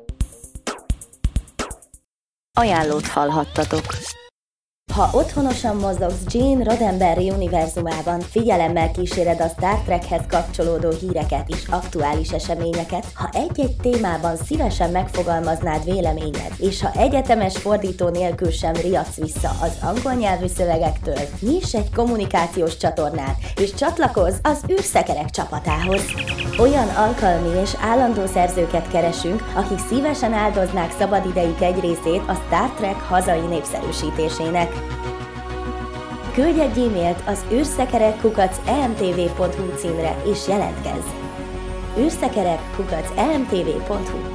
Ajánlót hallhattatok. Ha otthonosan mozogsz Gene Roddenberry univerzumában, figyelemmel kíséred a Star Trekhez kapcsolódó híreket és aktuális eseményeket, ha egy-egy témában szívesen megfogalmaznád véleményed, és ha egyetemes fordító nélkül sem riadsz vissza az angol nyelvű szövegektől, nyiss egy kommunikációs csatornát, és csatlakozz az űrszekerek csapatához. Olyan alkalmi és állandó szerzőket keresünk, akik szívesen áldoznák szabadidejük egy részét a Star Trek hazai népszerűsítésének. Küldj egy e-mailt az űrszekerek@emtv.hu címre és jelentkezz! űrszekerek@emtv.hu.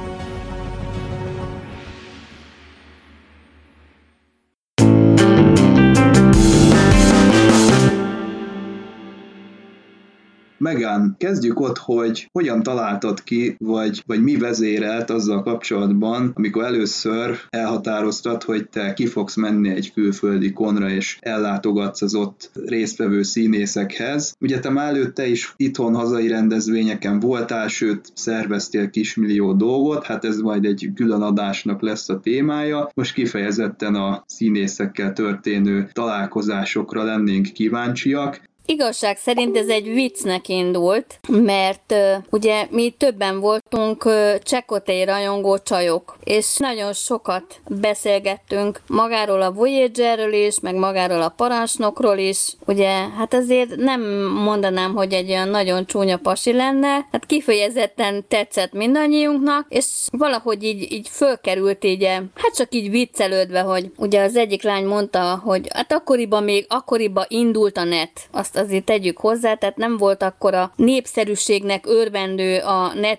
Megán, kezdjük ott, hogy hogyan találtad ki, vagy mi vezérelt azzal kapcsolatban, amikor először elhatároztad, hogy te ki fogsz menni egy külföldi konra, és ellátogatsz az ott résztvevő színészekhez. Ugye te már előtte is itthon hazai rendezvényeken voltál, sőt szerveztél kismillió dolgot, hát ez majd egy külön adásnak lesz a témája. Most kifejezetten a színészekkel történő találkozásokra lennénk kíváncsiak. Igazság szerint ez egy viccnek indult, mert ugye mi többen voltunk Chakotay rajongó csajok, és nagyon sokat beszélgettünk magáról a Voyagerről is, meg magáról a parancsnokról is. Ugye, hát azért nem mondanám, hogy egy olyan nagyon csúnya pasi lenne, hát kifejezetten tetszett mindannyiunknak, és valahogy így fölkerült így, hát csak így viccelődve, hogy ugye az egyik lány mondta, hogy hát akkoriban indult a net, azt azért tegyük hozzá, tehát nem volt akkora népszerűségnek örvendő a net, mint ma,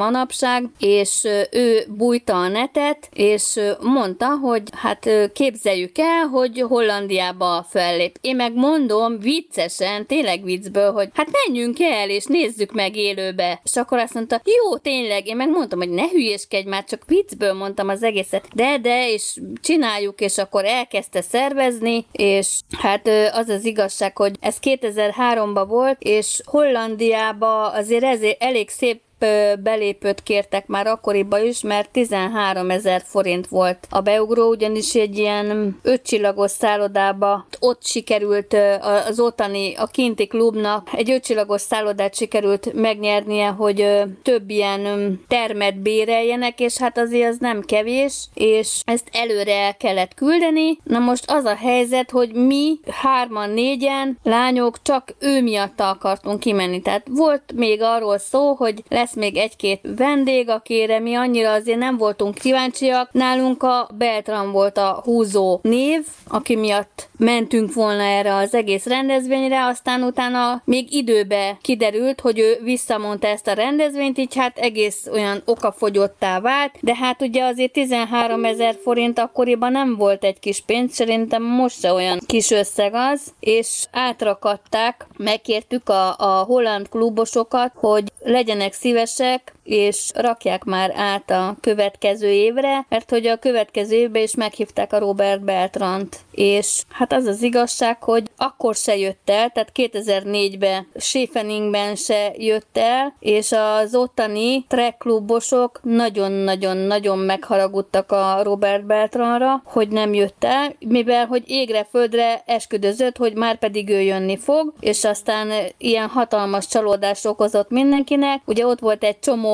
manapság, és ő bújta a netet, és mondta, hogy hát képzeljük el, hogy Hollandiába fellép. Én meg mondom viccesen, tényleg viccből, hogy hát menjünk el, és nézzük meg élőbe. És akkor azt mondta, jó, tényleg, én meg mondtam, hogy ne hülyéskedj már, csak viccből mondtam az egészet. De, és csináljuk, és akkor elkezdte szervezni, és hát az az igazság, hogy ez 2003-ban volt, és Hollandiába azért elég szép belépőt kértek már akkoriban is, mert 13 000 forint volt a beugró, ugyanis egy ilyen 5 csillagos szállodába ott sikerült az ottani, a kinti klubnak egy 5 csillagos szállodát sikerült megnyernie, hogy több ilyen termet béreljenek, és hát azért az nem kevés, és ezt előre el kellett küldeni. Na most az a helyzet, hogy mi 3-4 lányok csak ő miatt akartunk kimenni. Tehát volt még arról szó, hogy lesz még egy-két vendég, akire mi annyira azért nem voltunk kíváncsiak. Nálunk a Beltran volt a húzó név, aki miatt mentünk volna erre az egész rendezvényre, aztán utána még időbe kiderült, hogy ő visszamondta ezt a rendezvényt, így hát egész olyan okafogyottá vált, de hát ugye azért 13 000 forint akkoriban nem volt egy kis pénz, szerintem most se olyan kis összeg az, és átrakadták, megkértük a holland klubosokat, hogy legyenek szívesek, és rakják már át a következő évre, mert hogy a következő évben is meghívták a Robert Beltrant. És hát az az igazság, hogy akkor se jött el, tehát 2004-ben Scheveningben se jött el, és az ottani track klubosok nagyon-nagyon-nagyon megharagudtak a Robert Beltranra, hogy nem jött el, mivel hogy égre földre esküdözött, hogy már pedig ő jönni fog, és aztán ilyen hatalmas csalódást okozott mindenkinek. Ugye ott volt egy csomó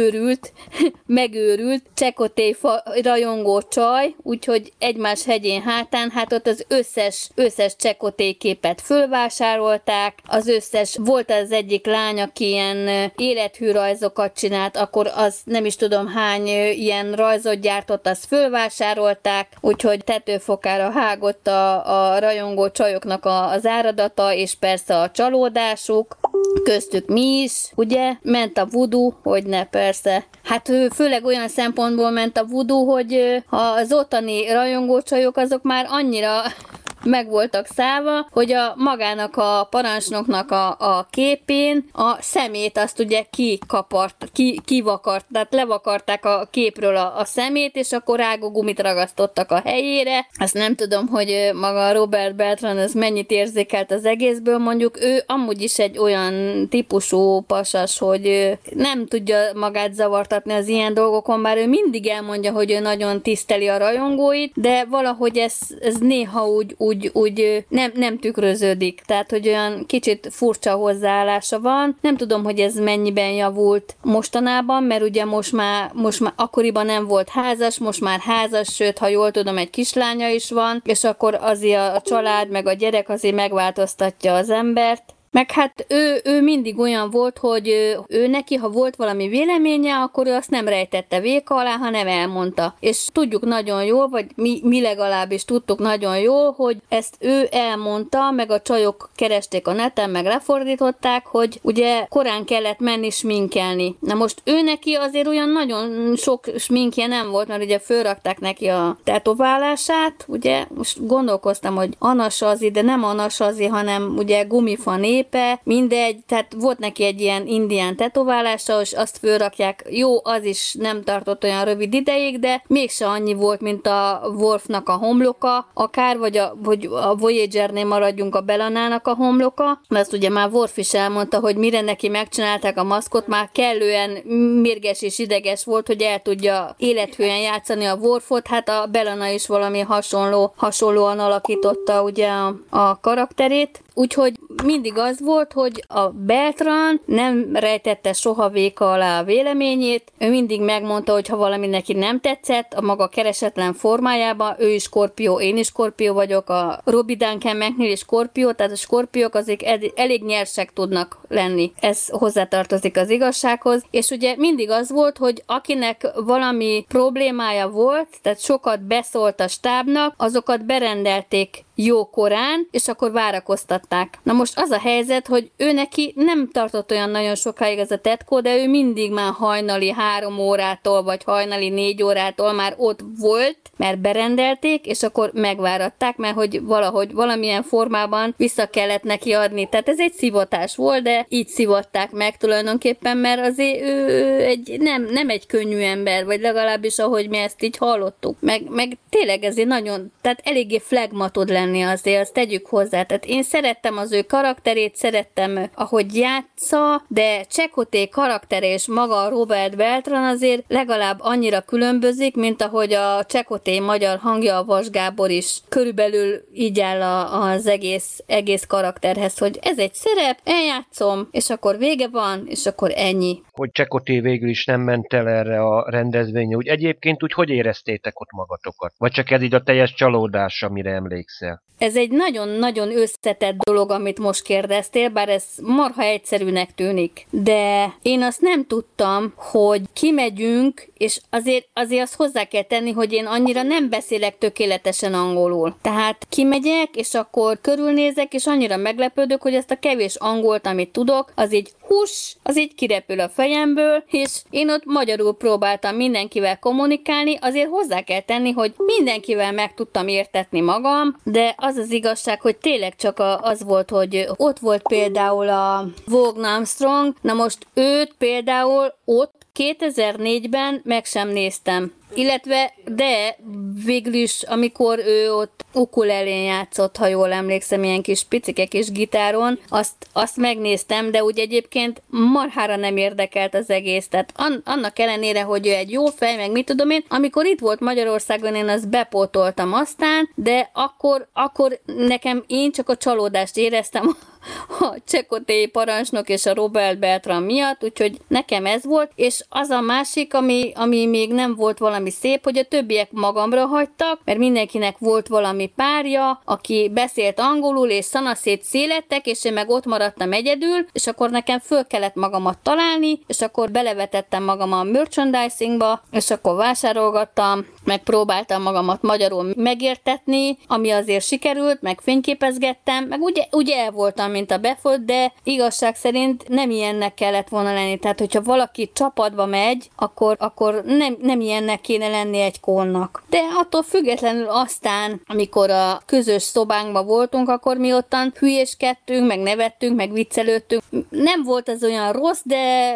megőrült Csekoté rajongó csaj, úgyhogy egymás hegyén hátán, hát ott az összes Csekoté képet fölvásárolták, az összes, volt az egyik lány, aki ilyen élethűrajzokat csinált, akkor az nem is tudom hány ilyen rajzot gyártott, azt fölvásárolták, úgyhogy tetőfokára hágott a rajongó csajoknak az áradata, és persze a csalódásuk, köztük mi is, ugye, ment a voodoo, hogy ne, persze. Hát főleg olyan szempontból ment a voodoo, hogy az ottani rajongócsajok azok már annyira meg voltak szállva, hogy magának a parancsnoknak a képén a szemét azt ugye kivakart, tehát levakarták a képről a szemét, és akkor rágógumit ragasztottak a helyére. Azt nem tudom, hogy maga Robert Beltran az mennyit érzékelt az egészből, mondjuk ő amúgy is egy olyan típusú pasas, hogy nem tudja magát zavartatni az ilyen dolgokon, bár ő mindig elmondja, hogy ő nagyon tiszteli a rajongóit, de valahogy ez néha úgy nem tükröződik. Tehát, hogy olyan kicsit furcsa hozzáállása van. Nem tudom, hogy ez mennyiben javult mostanában, mert ugye most már akkoriban nem volt házas, most már házas, sőt, ha jól tudom, egy kislánya is van, és akkor azért a család, meg a gyerek azért megváltoztatja az embert. Meg hát ő mindig olyan volt, hogy ő neki, ha volt valami véleménye, akkor ő azt nem rejtette véka alá, hanem elmondta. És tudjuk nagyon jól, vagy mi legalábbis tudtuk nagyon jól, hogy ezt ő elmondta, meg a csajok keresték a neten, meg lefordították, hogy ugye korán kellett menni sminkelni. Na most ő neki azért olyan nagyon sok sminkje nem volt, mert ugye fölrakták neki a tetoválását, ugye most gondolkoztam, hogy anasazi, de nem anasazi, hanem ugye gumifa mindegy, tehát volt neki egy ilyen indián tetoválása, és azt fölrakják, jó, az is nem tartott olyan rövid ideig, de mégse annyi volt, mint a Worfnak a homloka, akár, vagy a Voyagernél maradjunk, a Bellanának a homloka, mert azt ugye már Worf is elmondta, hogy mire neki megcsinálták a maszkot, már kellően mérges és ideges volt, hogy el tudja élethűen játszani a Worfot, hát a Bellana is valami hasonlóan alakította ugye a karakterét. Úgyhogy mindig az volt, hogy a Beltran nem rejtette soha véka alá a véleményét, ő mindig megmondta, hogy ha valami neki nem tetszett, a maga keresetlen formájában, ő is skorpió, én is skorpió vagyok, a Robbie Duncan McNeil is skorpió, tehát a skorpiók azért elég nyersek tudnak lenni. Ez hozzátartozik az igazsághoz, és ugye mindig az volt, hogy akinek valami problémája volt, tehát sokat beszólt a stábnak, azokat berendelték jó korán, és akkor várakoztatták. Na most az a helyzet, hogy ő neki nem tartott olyan nagyon sokáig ez a tetkó, de ő mindig már hajnali 3 órától, vagy hajnali 4 órától már ott volt, mert berendelték, és akkor megváratták, mert hogy valahogy valamilyen formában vissza kellett neki adni. Tehát ez egy szivatás volt, de így szivatták meg tulajdonképpen, mert azért ő nem egy könnyű ember, vagy legalábbis ahogy mi ezt így hallottuk. Meg tényleg ezért nagyon, tehát eléggé flegmatod lenni azért, azt tegyük hozzá. Tehát én szerettem az ő karakterét, szerettem, ahogy játsza, de Chakotay karaktere és maga a Robert Beltran azért legalább annyira különbözik, mint ahogy a Chakotay magyar hangja, a Vas Gábor is körülbelül így áll az egész karakterhez, hogy ez egy szerep, eljátszom, és akkor vége van, és akkor ennyi. Hogy Chakotay végül is nem ment el erre a rendezvényre, úgy egyébként úgy hogy éreztétek ott magatokat? Vagy csak ez így a teljes csalódás, amire emlékszel? Ez egy nagyon-nagyon összetett dolog, amit most kérdeztél, bár ez marha egyszerűnek tűnik. De én azt nem tudtam, hogy kimegyünk, és azért azt hozzá kell tenni, hogy én annyira nem beszélek tökéletesen angolul. Tehát kimegyek, és akkor körülnézek, és annyira meglepődök, hogy ezt a kevés angolt, amit tudok, az így az így kirepül a fejemből, és én ott magyarul próbáltam mindenkivel kommunikálni, azért hozzá kell tenni, hogy mindenkivel meg tudtam értetni magam, de az az igazság, hogy tényleg csak az volt, hogy ott volt például a Vaughn Armstrong, na most őt például ott 2004-ben meg sem néztem. De végül is, amikor ő ott ukulelén játszott, ha jól emlékszem, ilyen kis picike kis gitáron, azt megnéztem, de úgy egyébként marhára nem érdekelt az egész. Tehát annak ellenére, hogy ő egy jó fej, meg mit tudom én, amikor itt volt Magyarországon, én azt bepótoltam aztán, de akkor nekem én csak a csalódást éreztem a Chakotay parancsnok és a Robert Beltran miatt, úgyhogy nekem ez volt, és az a másik, ami még nem volt valami szép, hogy a többiek magamra hagytak, mert mindenkinek volt valami párja, aki beszélt angolul, és szanaszét szélettek, és én meg ott maradtam egyedül, és akkor nekem föl kellett magamat találni, és akkor belevetettem magam a merchandisingba, és akkor vásárolgattam, meg próbáltam magamat magyarul megértetni, ami azért sikerült, meg fényképezgettem, meg ugye el voltam, mint a befolt, de igazság szerint nem ilyennek kellett volna lenni. Tehát, hogyha valaki csapatba megy, akkor nem ilyennek kéne lenni egy konnak. De attól függetlenül aztán, amikor a közös szobánkban voltunk, akkor mi ottan hülyéskedtünk, meg nevettünk, meg viccelődtünk. Nem volt ez olyan rossz, de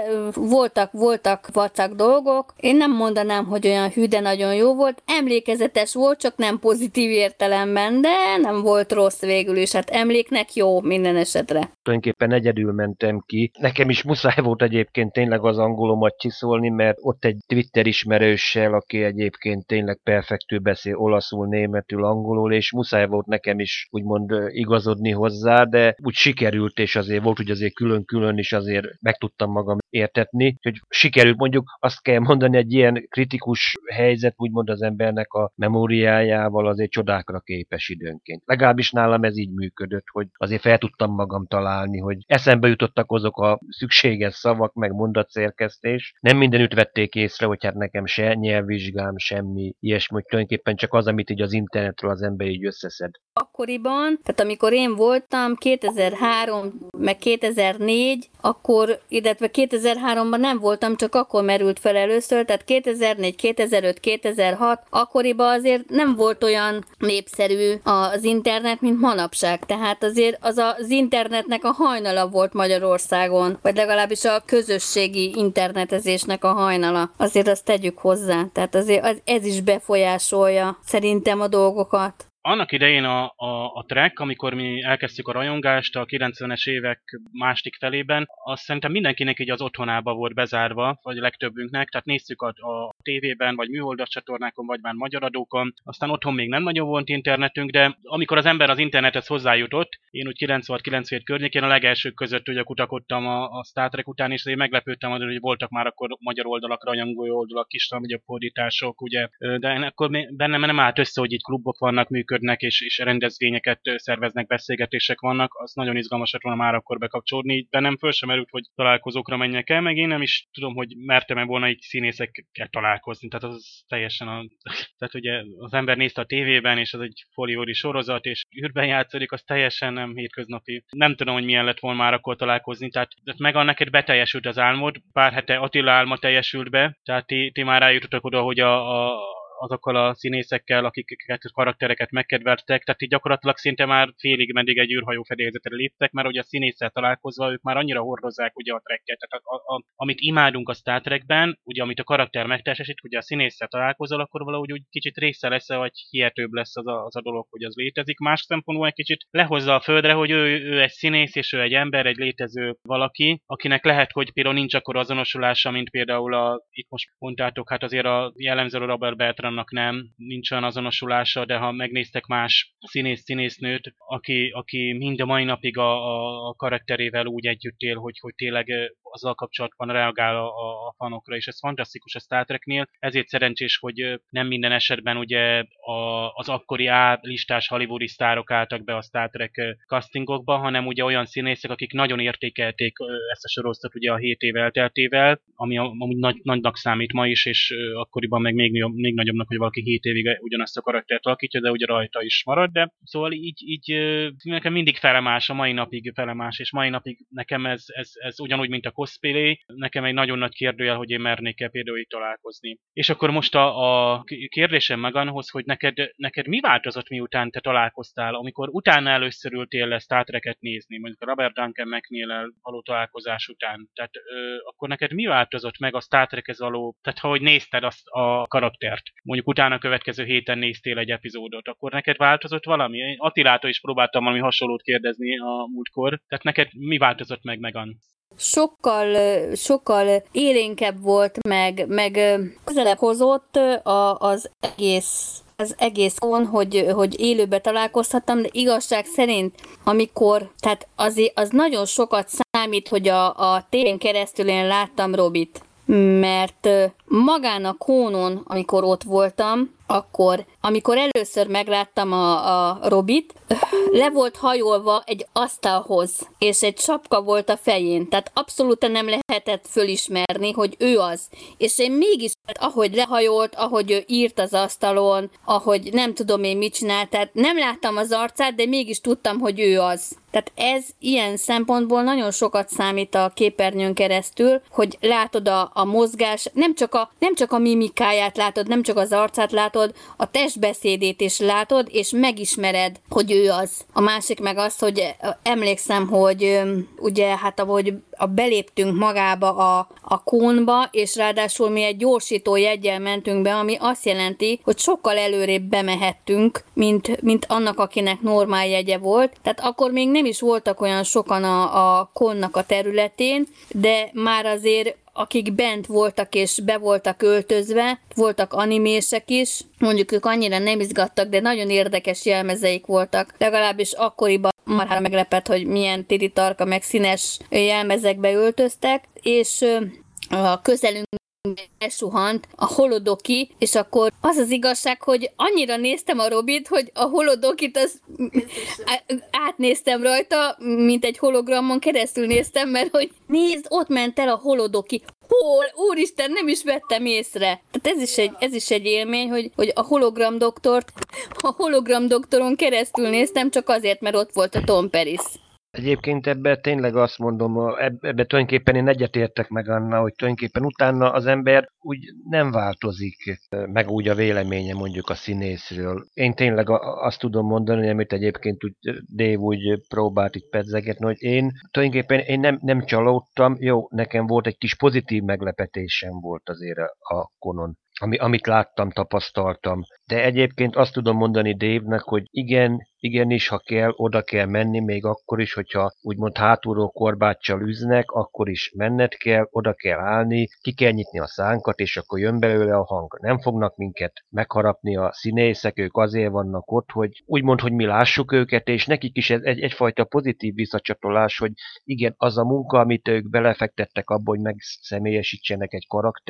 voltak vacak dolgok. Én nem mondanám, hogy olyan hű, de nagyon jó volt. Emlékezetes volt, csak nem pozitív értelemben, de nem volt rossz végül is. Hát emléknek jó minden esetre. Tulajdonképpen egyedül mentem ki. Nekem is muszáj volt egyébként tényleg az angolomat csiszolni, mert ott egy Twitter ismerőssel, aki egyébként tényleg perfektül beszél olaszul, németül, angolul, és muszáj volt nekem is úgymond igazodni hozzá, de úgy sikerült, és azért volt, hogy azért külön-külön is azért meg tudtam magam értetni, hogy sikerült, mondjuk azt kell mondani, egy ilyen kritikus helyzet, úgymond az embernek a memóriájával azért csodákra képes időnként. Legalábbis nálam ez így működött, hogy azért fel tudtam magam találni, hogy eszembe jutottak azok a szükséges szavak, meg mondatszerkesztés. Nem mindenütt vették észre, hogy hát nekem se nyelvvizsgám, semmi ilyesmi, hogy tulajdonképpen csak az, amit így az internetről az ember így összeszed. Akkoriban, tehát amikor én voltam, 2003, meg 2004, akkor, illetve 2003-ban nem voltam, csak akkor merült fel először, tehát 2004, 2005, 2006, akkoriban azért nem volt olyan népszerű az internet, mint manapság. Tehát azért az internetnek a hajnala volt Magyarországon, vagy legalábbis a közösségi internetezésnek a hajnala. Azért azt tegyük hozzá. Tehát azért ez is befolyásolja szerintem a dolgokat. Annak idején a Trek, amikor mi elkezdtük a rajongást a 90-es évek második felében, azt szerintem mindenkinek így az otthonába volt bezárva, vagy a legtöbbünknek, tehát néztük a tévében, vagy műholdas csatornákon, vagy már magyar adókon, aztán otthon még nem nagyon volt internetünk, de amikor az ember az internethez hozzájutott, én úgy 96-97 környékén a legelsők között ugye kutakodtam a Star Trek után, és azért meglepődtem, hogy voltak már akkor magyar oldalak, rajongói oldalak, kis nagyobb fordítások, ugye, de akkor bennem nem állt össze, hogy így klubok vannak, működnek, működnek, és rendezvényeket szerveznek, beszélgetések vannak, az nagyon izgalmas lett volna már akkor bekapcsolódni. De nem föl sem merült, hogy találkozókra menjek el, meg én nem is tudom, hogy mertem-e volna így színészekkel találkozni. Tehát az teljesen tehát ugye az ember nézte a tévében, és az egy hollywoodi sorozat, és űrben játszódik, az teljesen nem hétköznapi. Nem tudom, hogy milyen lett volna már akkor találkozni, tehát meg neked beteljesült az álmod, pár hete Attila álma teljesült be, tehát ti már rájutottatok oda, hogy azokkal a színészekkel, akiket karaktereket megkedveltek, tehát így gyakorlatilag szinte már félig meddig egy űrhajó fedélzetre léptek, mert ugye a színésszel találkozva ők már annyira hordozzák ugye a tracket, tehát amit imádunk a Star Trekben, ugye amit a karakter megtestesít, ugye a színésszel találkozol, akkor valahogy úgy kicsit része lesz, vagy hihetőbb lesz az a dolog, hogy az létezik. Más szempontból egy kicsit lehozza a földre, hogy ő egy színész, és ő egy ember, egy létező valaki, akinek lehet, hogy például nincs akkor azonosulása, mint például itt most mondtátok, hát azért a jellemző Robert Beltrannak nincs olyan azonosulása, de ha megnéztek más színésznőt, aki mind a mai napig a karakterével úgy együtt él, hogy tényleg azzal kapcsolatban reagál a fanokra, és ez fantasztikus a Star Treknél, ezért szerencsés, hogy nem minden esetben ugye az akkori A-listás hollywoodi sztárok álltak be a Star Trek castingokba, hanem ugye olyan színészek, akik nagyon értékelték ezt a sorozatot ugye a 7 év elteltével, ami amúgy nagynak számít ma is, és akkoriban meg még nagyobbnak, hogy valaki 7 évig ugyanazt a karaktert alakítja, de ugye rajta is marad, de szóval így nekem mindig felemás, a mai napig felemás, és mai napig nekem ez ugyanúgy, mint a cosplay, nekem egy nagyon nagy kérdőjel, hogy én mernék-e például itt találkozni. És akkor most a kérdésem Meganhoz, hogy neked mi változott, miután te találkoztál, amikor utána először ültél le Star Trek-et nézni, mondjuk a Robert Duncan McNeill-el való találkozás után. Tehát akkor neked mi változott meg a Star Trek-hez való, tehát ahogy nézted azt a karaktert, mondjuk utána a következő héten néztél egy epizódot, akkor neked változott valami? Én Attilától is próbáltam valami hasonlót kérdezni a múltkor, tehát neked mi változott meg, Megan? Sokkal élénkebb volt, meg közelebb hozott az egész hogy élőbe találkozhattam, de igazság szerint, tehát az nagyon sokat számít, hogy a tévén keresztül én láttam Robit, mert magán a Kónon, amikor ott voltam, amikor először megláttam a Robit, le volt hajolva egy asztalhoz, és egy sapka volt a fején, tehát abszolút nem lehetett fölismerni, hogy ő az. És én mégis, ahogy lehajolt, ahogy ő írt az asztalon, ahogy nem tudom én mit csinált, tehát nem láttam az arcát, de mégis tudtam, hogy ő az. Tehát ez ilyen szempontból nagyon sokat számít a képernyőn keresztül, hogy látod a mozgás, nem csak a mimikáját látod, nem csak az arcát látod, a testbeszédét is látod, és megismered, hogy ő az. A másik meg az, hogy emlékszem, hogy ugye hát ahogy beléptünk magába a kónba, és ráadásul mi egy gyorsító jeggyel mentünk be, ami azt jelenti, hogy sokkal előrébb bemehettünk, mint annak, akinek normál jegye volt. Tehát akkor még nem is voltak olyan sokan a kónnak a területén, de már azért akik bent voltak és be voltak öltözve, voltak animések is, mondjuk ők annyira nem izgattak, de nagyon érdekes jelmezeik voltak. Legalábbis akkoriban marhára meglepett, hogy milyen tiritarka meg színes jelmezekbe öltöztek, és a közelünk besuhant a holodoki, és akkor az igazság, hogy annyira néztem a Robit, hogy a holodokit átnéztem rajta, mint egy hologramon keresztül néztem, mert hogy nézd, ott ment el a holodoki. Hol? Úristen, nem is vettem észre. Tehát ez is egy élmény, hogy a hologram doktoron keresztül néztem, csak azért, mert ott volt a Tom Paris. Egyébként ebben tényleg azt mondom, ebben tulajdonképpen én egyetértek meg Anna, hogy tulajdonképpen utána az ember úgy nem változik meg úgy a véleménye mondjuk a színészről. Én tényleg azt tudom mondani, amit egyébként Dave úgy próbált itt pedzegetni, hogy én tulajdonképpen nem csalódtam, jó, nekem volt egy kis pozitív meglepetésem volt azért a Konon. Amit láttam, tapasztaltam. De egyébként azt tudom mondani Dave-nek, hogy igenis, ha kell, oda kell menni, még akkor is, hogyha úgymond hátulról korbáccsal üznek, akkor is menned kell, oda kell állni, ki kell nyitni a szánkat, és akkor jön belőle a hang. Nem fognak minket megharapni a színészek, ők azért vannak ott, hogy úgymond, hogy mi lássuk őket, és nekik is ez egyfajta pozitív visszacsatolás, hogy igen, az a munka, amit ők belefektettek abba, hogy megszemélyesítsenek egy karaktert,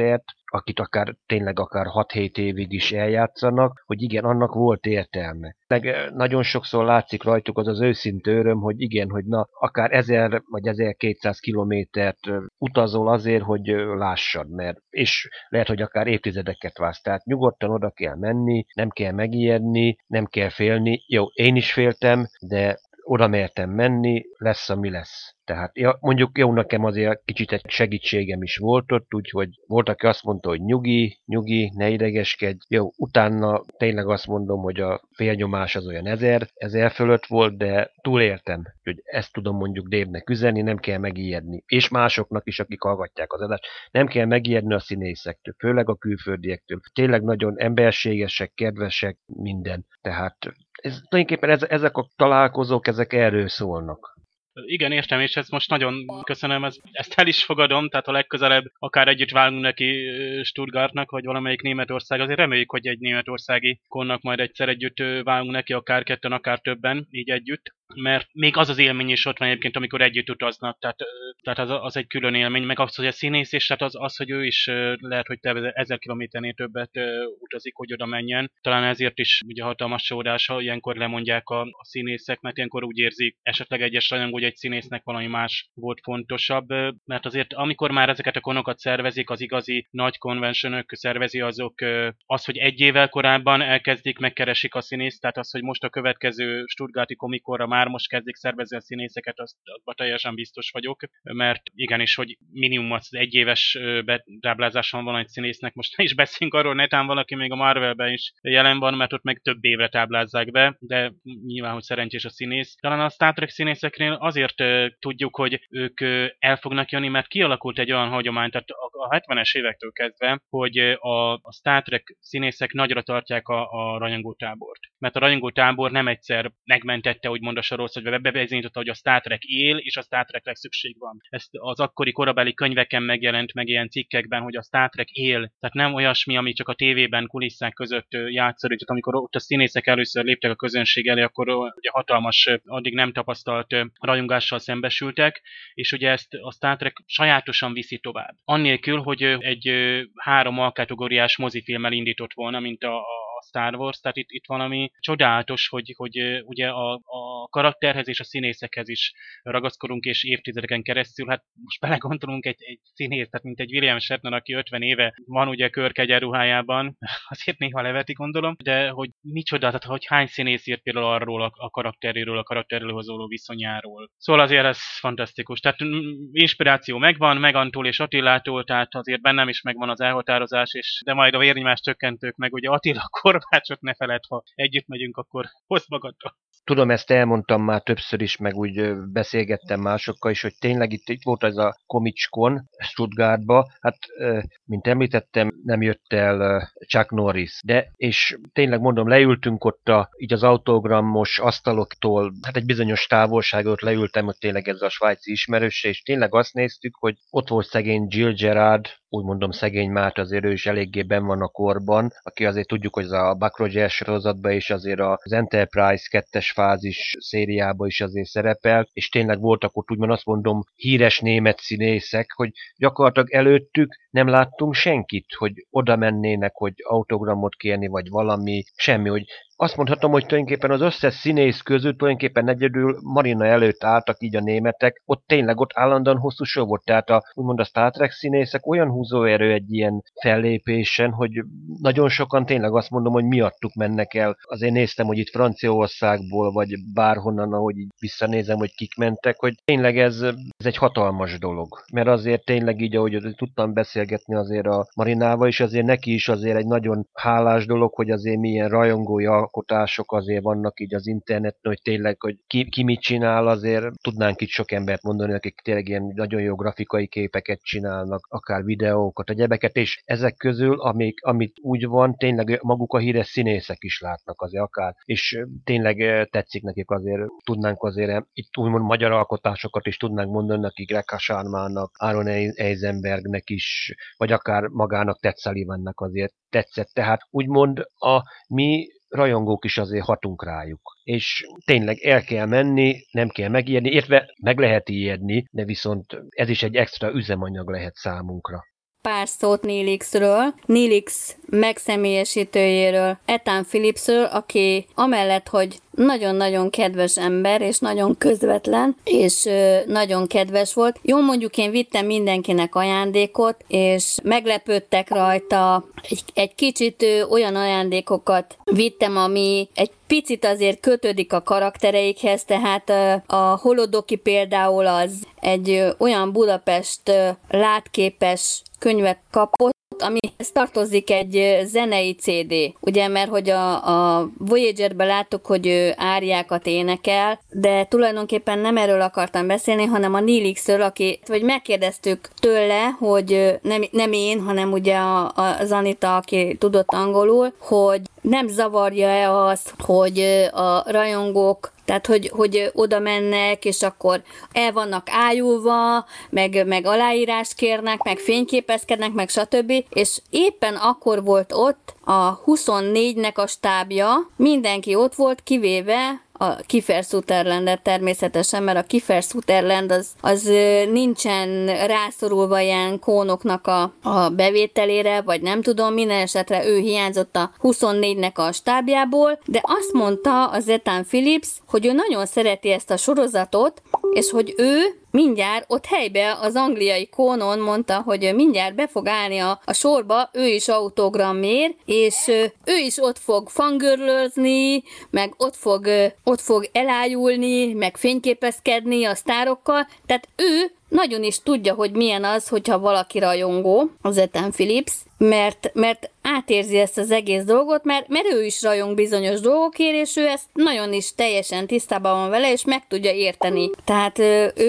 akit tényleg akár 6-7 évig is eljátszanak, hogy igen, annak volt értelme. Nagyon sokszor látszik rajtuk az őszinte öröm, hogy igen, hogy na, akár 1000 vagy 1200 kilométert utazol azért, hogy lássad, és lehet, hogy akár évtizedeket vársz. Tehát nyugodtan oda kell menni, nem kell megijedni, nem kell félni. Jó, én is féltem, de oda mertem menni, lesz, ami lesz. Tehát mondjuk jó, nekem azért kicsit egy segítségem is volt ott, úgyhogy volt, aki azt mondta, hogy nyugi, ne idegeskedj. Jó, utána tényleg azt mondom, hogy a félnyomás az olyan 1000 fölött volt, de túléltem. Úgyhogy ezt tudom mondjuk Dave-nek üzenni, nem kell megijedni. És másoknak is, akik hallgatják az adást, nem kell megijedni a színészektől, főleg a külföldiektől. Tényleg nagyon emberségesek, kedvesek, minden. Tehát tulajdonképpen ezek a találkozók, ezek erről szólnak. Igen, értem, és ezt most nagyon köszönöm, ezt el is fogadom, tehát ha legközelebb akár együtt válunk neki Stuttgartnak, vagy valamelyik Németország, azért reméljük, hogy egy németországi konnak majd egyszer együtt válunk neki, akár ketten, akár többen, így együtt, mert még az élmény is ott van egyébként, amikor együtt utaznak, tehát az egy külön élmény, meg az, hogy a színész, és tehát az, hogy ő is lehet, hogy 1000 kilométernél többet utazik, hogy oda menjen. Talán ezért is ugye hatalmas csodás, ha ilyenkor lemondják a színészek, mert ilyenkor úgy érzik esetleg egyes rajongók, hogy egy színésznek valami más volt fontosabb, mert azért amikor már ezeket a konokat szervezik, az igazi nagy konventionök szervezi azok, az, hogy egy évvel korábban elkezdik, megkeresik a színészt, tehát az, hogy most a következő Stuttgarti Comic-Conra már most kezdik szervezni a színészeket, azban teljesen biztos vagyok, mert igenis, hogy minimum az egyéves betáblázáson van egy színésznek, most ne is beszélünk arról, netán valaki még a Marvelben is jelen van, mert ott meg több évre táblázzák be, de nyilván, hogy szerencsés a színész. Talán a Star Trek színészeknél azért tudjuk, hogy ők el fognak jönni, mert kialakult egy olyan hagyomány, tehát a 70-es évektől kezdve, hogy a Star Trek színészek nagyra tartják a rajongótábort. Mert a rajongótábor nem egyszer megmentette, úgymond a sorozat, vagy bebizonyította, hogy a Star Trek él, és a Star Trekre szükség van. Ezt az akkori korabeli könyveken megjelent meg ilyen cikkekben, hogy a Star Trek él. Tehát nem olyasmi, ami csak a tévében, kulisszák között játszódik. Tehát amikor ott a színészek először léptek a közönség elé, akkor ugye hatalmas, addig nem tapasztalt rajongással szembesültek, és ugye ezt a Star Trek sajátosan viszi tovább. Annélkül, hogy egy 3 alkategóriás mozifilmmel indított volna, mint a Star Wars, tehát itt valami csodálatos, hogy ugye a karakterhez és a színészekhez is ragaszkodunk, és évtizedeken keresztül, hát most belegondolunk egy színész, tehát mint egy William Shatner, aki 50 éve van ugye Kirk egyenruhájában, azért néha leveti, gondolom, de hogy micsoda, tehát hogy hány színész írt például arról a karakteréről, a karakterről való viszonyáról. Szóval azért ez fantasztikus. Tehát inspiráció megvan, Megantól és Attilától, tehát azért bennem is megvan az elhatározás, de majd a vérnyomás csökkentők meg ugye Attila Korbácsot ne feled, ha együtt megyünk, akkor hozd magadra. Tudom, ezt elmondtam már többször is, meg úgy beszélgettem másokkal is, hogy tényleg itt volt ez a Comic-Con Stuttgartba, hát mint említettem, nem jött el Chuck Norris, de és tényleg mondom, leültünk ott így az autogramos asztaloktól, hát egy bizonyos távolságot leültem, ott tényleg ez a svájci ismerőse, és tényleg azt néztük, hogy ott volt szegény Jill Gerard, úgy mondom szegény Mát, azért ő is eléggé benn van a korban, aki azért tudjuk, hogy a Buck Rogers sorozatban és azért az Enterprise 2-es fázis szériában is azért szerepel, és tényleg voltak ott úgymond azt mondom híres német színészek, hogy gyakorlatilag előttük nem láttunk senkit, hogy oda mennének, hogy autogramot kérni, vagy valami, semmi, hogy azt mondhatom, hogy tulajdonképpen az összes színész közül tulajdonképpen egyedül Marina előtt álltak így a németek, ott tényleg ott állandóan hosszú sor volt, tehát úgymond a Star Trek színészek olyan húzóerő egy ilyen fellépésen, hogy nagyon sokan tényleg azt mondom, hogy miattuk mennek el. Azért néztem, hogy itt Franciaországból, vagy bárhonnan, ahogy így visszanézem, hogy kik mentek, hogy tényleg ez egy hatalmas dolog. Mert azért tényleg így, ahogy tudtam beszélgetni azért a Marinával, és azért neki is azért egy nagyon hálás dolog, hogy azért milyen rajongói alkotások azért vannak így az interneten, hogy tényleg, hogy ki mit csinál, azért tudnánk itt sok embert mondani, akik tényleg ilyen nagyon jó grafikai képeket csinálnak, akár videókat, egyebeket, és ezek közül, amit úgy van, tényleg maguk a híres színészek is látnak azért akár, és tényleg tetszik nekik azért, tudnánk azért itt úgymond magyar alkotásokat is tudnánk mondani, akik Rekha Sharmának, Aaron Eisenbergnek is, vagy akár magának Ted Sullivannek azért tetszett. Tehát úgymond mi rajongók is azért hatunk rájuk. És tényleg el kell menni, nem kell megijedni, értve meg lehet ijedni, de viszont ez is egy extra üzemanyag lehet számunkra. pár szót Neelixről, Neelix megszemélyesítőjéről, Ethan Phillipsről, aki amellett, hogy nagyon-nagyon kedves ember, és nagyon közvetlen, és nagyon kedves volt. Jó, mondjuk én vittem mindenkinek ajándékot, és meglepődtek rajta. Egy kicsit olyan ajándékokat vittem, ami egy picit azért kötődik a karaktereikhez, tehát a Holodoki például az egy olyan Budapest látképes könyvet kapott, amihez tartozik egy zenei CD. Ugye, mert hogy a Voyager-ben láttuk, hogy ő áriákat énekel, de tulajdonképpen nem erről akartam beszélni, hanem a Neelixről, vagy megkérdeztük tőle, hogy nem én, hanem ugye az Anita, aki tudott angolul, hogy nem zavarja-e az, hogy a rajongók, tehát, hogy oda mennek, és akkor el vannak ájulva, meg aláírást kérnek, meg fényképezkednek, meg stb. És éppen akkor volt ott a 24-nek a stábja, mindenki ott volt, kivéve a Kiefer Sutherlandet természetesen, mert a Kiefer Sutherland az nincsen rászorulva ilyen kónoknak a bevételére, vagy nem tudom, minden esetre ő hiányzott a 24-nek a stábjából, de azt mondta az Ethan Phillips, hogy ő nagyon szereti ezt a sorozatot, és hogy ő mindjárt ott helybe az angliai kónon mondta, hogy mindjárt be fog állni a sorba, ő is autogrammér, és ő is ott fog fangirlözni, meg ott fog elájulni, meg fényképezkedni a sztárokkal, tehát ő nagyon is tudja, hogy milyen az, hogyha valaki rajongó, az Ethan Phillips, mert átérzi ezt az egész dolgot, mert ő is rajong bizonyos dolgokért, és ő ezt nagyon is teljesen tisztában van vele, és meg tudja érteni. Tehát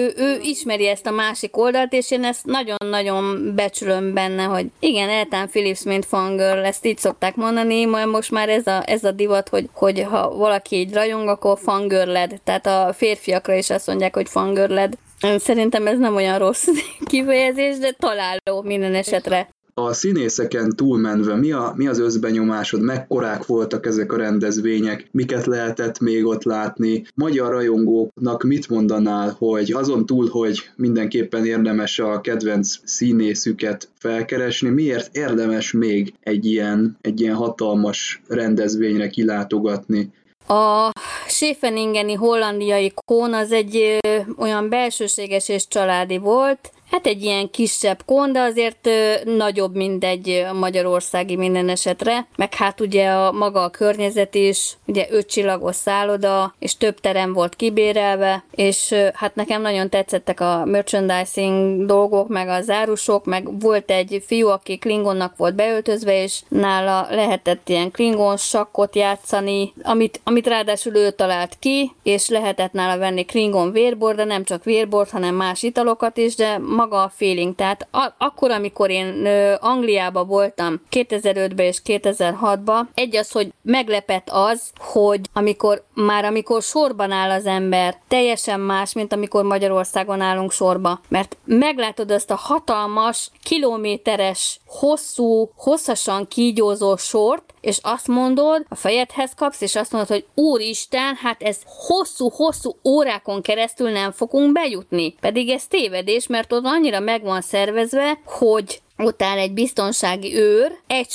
ő ismeri ezt a másik oldalt, és én ezt nagyon-nagyon becsülöm benne, hogy igen, Ethan Phillips, mint fangirl, ezt így szokták mondani, most már ez a divat, hogy ha valaki így rajong, akkor fangirled. Tehát a férfiakra is azt mondják, hogy fangirled. Szerintem ez nem olyan rossz kifejezés, de találó minden esetre. A színészeken túlmenve mi az összbenyomásod, mekkorák voltak ezek a rendezvények, miket lehetett még ott látni? Magyar rajongóknak mit mondanál, hogy azon túl, hogy mindenképpen érdemes a kedvenc színészüket felkeresni, miért érdemes még egy ilyen hatalmas rendezvényre kilátogatni? A Scheveningeni hollandiai kón az egy olyan belsőséges és családi volt. Hát egy ilyen kisebb kón, de azért nagyobb, mint egy magyarországi minden esetre. Meg hát ugye maga a környezet is, ugye 5 csillagos szálloda, és több terem volt kibérelve, és hát nekem nagyon tetszettek a merchandising dolgok, meg az árusok, meg volt egy fiú, aki klingonnak volt beöltözve, és nála lehetett ilyen klingon sakkot játszani, amit ráadásul ő talált ki, és lehetett nála venni klingon vérbort, de nem csak vérbort, hanem más italokat is, de maga a feeling. Tehát akkor, amikor én Angliában voltam 2005-ben és 2006-ban, egy az, hogy meglepett az, hogy amikor sorban áll az ember, teljesen más, mint amikor Magyarországon állunk sorba. Mert meglátod ezt a hatalmas, kilométeres, hosszasan kígyózó sort, és azt mondod, a fejedhez kapsz, és azt mondod, hogy úristen, hát ez hosszú órákon keresztül nem fogunk bejutni. Pedig ez tévedés, mert ott annyira meg van szervezve, hogy ott áll egy biztonsági őr, egy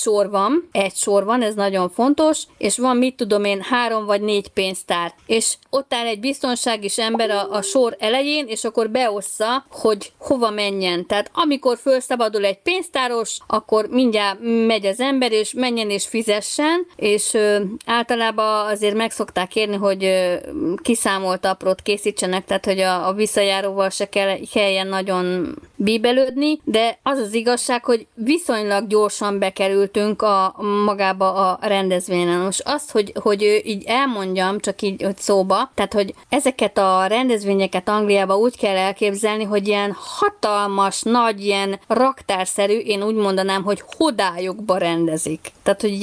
sor van, ez nagyon fontos, és van, mit tudom én, 3 vagy 4 pénztár. És ott áll egy biztonságis ember a sor elején, és akkor beossza, hogy hova menjen. Tehát amikor felszabadul egy pénztáros, akkor mindjárt megy az ember, és menjen és fizessen, és általában azért meg szokták kérni, hogy kiszámolt aprót készítsenek, tehát hogy a visszajáróval se kelljen nagyon bíbelődni, de az az igazság, hogy viszonylag gyorsan bekerültünk magába a rendezvényen. Most azt, hogy így elmondjam, csak így hogy szóba, tehát, hogy ezeket a rendezvényeket Angliában úgy kell elképzelni, hogy ilyen hatalmas, nagy, ilyen raktárszerű, én úgy mondanám, hogy hodályokba rendezik. Tehát, hogy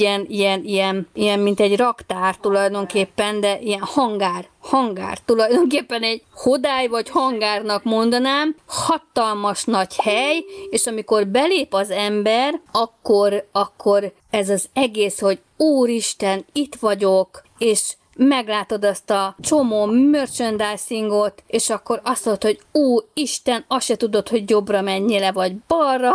ilyen mint egy raktár tulajdonképpen, de ilyen hangár, tulajdonképpen egy hodály vagy hangárnak mondanám, hatalmas nagy hely, és amikor belép az ember, akkor ez az egész, hogy úristen, itt vagyok, és meglátod azt a csomó merchandisingot, és akkor azt mondod, hogy Isten, azt se tudod, hogy jobbra menjél vagy balra,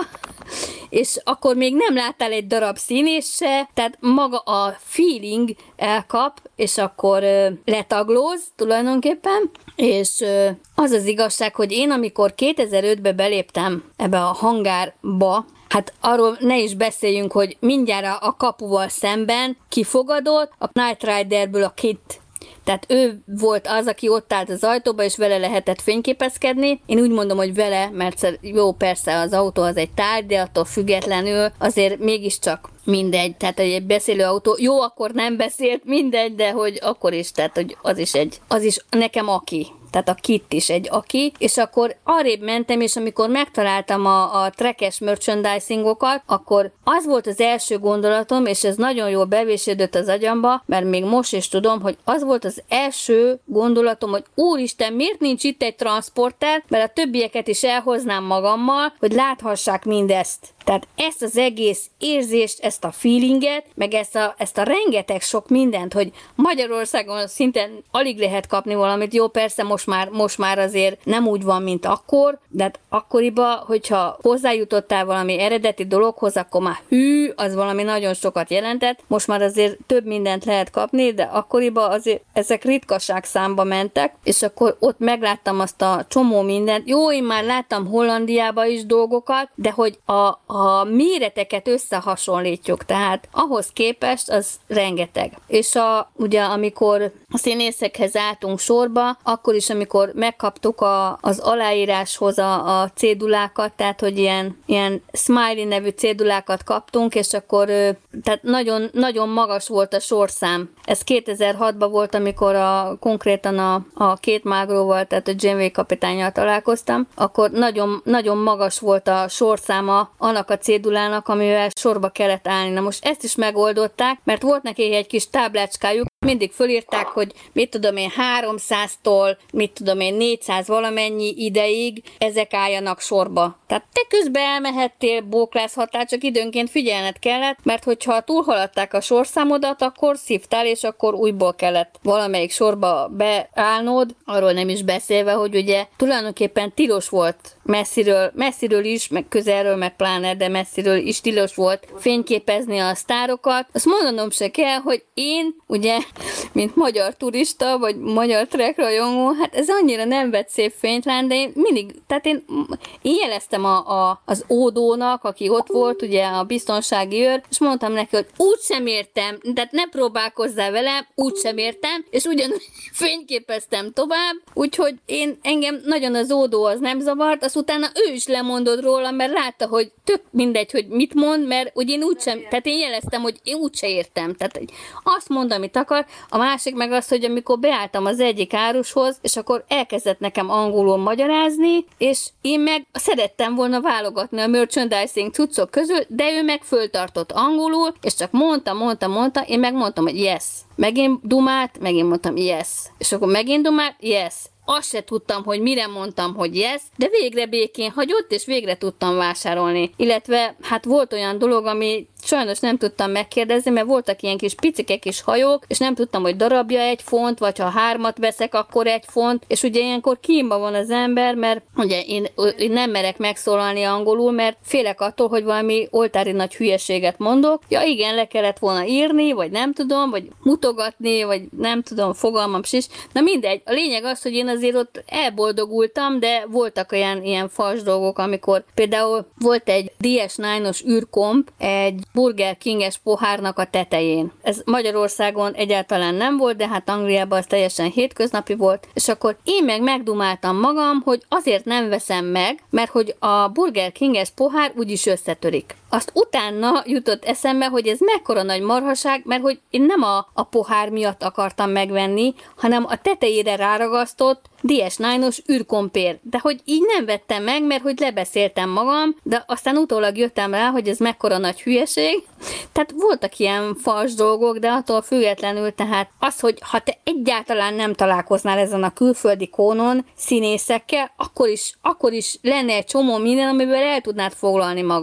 és akkor még nem láttál egy darab színés se, tehát maga a feeling elkap, és akkor letaglóz tulajdonképpen, és az az igazság, hogy én amikor 2005-be beléptem ebbe a hangárba, hát arról ne is beszéljünk, hogy mindjárt a kapuval szemben kifogadott a Knight Riderből a Kit. Tehát ő volt az, aki ott állt az ajtóba, és vele lehetett fényképezkedni. Én úgy mondom, hogy vele, mert jó, persze az autó az egy tárgy, de attól függetlenül azért mégiscsak mindegy. Tehát egy beszélő autó, jó, akkor nem beszélt, mindegy, de hogy akkor is, tehát hogy az is nekem aki. Tehát a Kit is egy aki, és akkor arrébb mentem, és amikor megtaláltam a trackes merchandisingokat, akkor az volt az első gondolatom, és ez nagyon jól bevésődött az agyamba, mert még most is tudom, hogy az volt az első gondolatom, hogy úristen, miért nincs itt egy transporter, mert a többieket is elhoznám magammal, hogy láthassák mindezt. Tehát ezt az egész érzést, ezt a feelinget, meg ezt a rengeteg sok mindent, hogy Magyarországon szinten alig lehet kapni valamit, jó, persze most már azért nem úgy van, mint akkor, de hát akkoriban, hogyha hozzájutottál valami eredeti dologhoz, akkor már az valami nagyon sokat jelentett. Most már azért több mindent lehet kapni, de akkoriban azért ezek ritkaság számba mentek, és akkor ott megláttam azt a csomó mindent. Jó, én már láttam Hollandiába is dolgokat, de hogy a méreteket összehasonlítjuk, tehát ahhoz képest az rengeteg. És ugye amikor a színészekhez álltunk sorba, akkor is, amikor megkaptuk az aláíráshoz a cédulákat, tehát hogy ilyen Smiley nevű cédulákat kaptunk, és akkor tehát nagyon, nagyon magas volt a sorszám. Ez 2006-ban volt, amikor konkrétan a két mágróval, tehát a Janeway kapitánnyal találkoztam, akkor nagyon, nagyon magas volt a sorszáma annak a cédulának, amivel sorba kellett állni. Na most ezt is megoldották, mert volt neki egy kis táblácskájuk, mindig fölírták, hogy mit tudom én 300-tól, mit tudom én 400 valamennyi ideig ezek álljanak sorba. Tehát te közben elmehettél, bóklázhattál, csak időnként figyelned kellett, mert hogyha túlhaladták a sorszámodat, akkor szívtál, és akkor újból kellett valamelyik sorba beállnod, arról nem is beszélve, hogy ugye tulajdonképpen tilos volt messziről is, meg közelről, meg pláne, de messziről is tilos volt fényképezni a sztárokat. Azt mondanom se kell, hogy én, ugye, mint magyar turista, vagy magyar trek rajongó, hát ez annyira nem vett szép fényt rám, de én mindig, tehát én jeleztem az ódónak, aki ott volt, ugye a biztonsági őr, és mondtam neki, hogy úgysem értem, tehát ne próbálkozzál velem, úgysem értem, és ugyanúgy fényképeztem tovább, úgyhogy engem nagyon az ódó az nem zavart, azt utána ő is lemondott róla, mert látta, hogy tök mindegy, hogy mit mond, mert ugye én úgysem, tehát én jeleztem, hogy én úgyse értem, tehát azt mond, amit akar. A másik meg az, hogy amikor beálltam az egyik árushoz, és akkor elkezdett nekem angolul magyarázni, és én meg szerettem volna válogatni a merchandising cuccok közül, de ő meg föltartott angolul, és csak mondta, én meg mondtam, hogy yes. Megint dumált, megint mondtam yes. És akkor megint dumált, yes. Azt se tudtam, hogy mire mondtam, hogy yes, de végre békén hagyott, és végre tudtam vásárolni. Illetve, hát volt olyan dolog, ami sajnos nem tudtam megkérdezni, mert voltak ilyen kis picike kis hajók, és nem tudtam, hogy darabja 1 font, vagy ha 3 veszek, akkor 1 font, és ugye ilyenkor kínba van az ember, mert ugye én nem merek megszólalni angolul, mert félek attól, hogy valami oltári nagy hülyeséget mondok. Ja igen, le kellett volna írni, vagy nem tudom, vagy mutogatni, vagy nem tudom, fogalmam sincs. Na mindegy, a lényeg az, hogy én azért ott elboldogultam, de voltak ilyen fals dolgok, amikor például volt egy DS9-os űrkomp, egy Burger King-es pohárnak a tetején. Ez Magyarországon egyáltalán nem volt, de hát Angliában az teljesen hétköznapi volt, és akkor én meg megdumáltam magam, hogy azért nem veszem meg, mert hogy a Burger King-es pohár úgyis összetörik. Azt utána jutott eszembe, hogy ez mekkora nagy marhaság, mert hogy én nem a pohár miatt akartam megvenni, hanem a tetejére ráragasztott DS9-os űrkompér. De hogy így nem vettem meg, mert hogy lebeszéltem magam, de aztán utólag jöttem rá, hogy ez mekkora nagy hülyeség. Tehát voltak ilyen fals dolgok, de attól függetlenül, tehát az, hogy ha te egyáltalán nem találkoznál ezen a külföldi kónon színészekkel, akkor is lenne egy csomó minden, amiből el tudnád foglalni magad.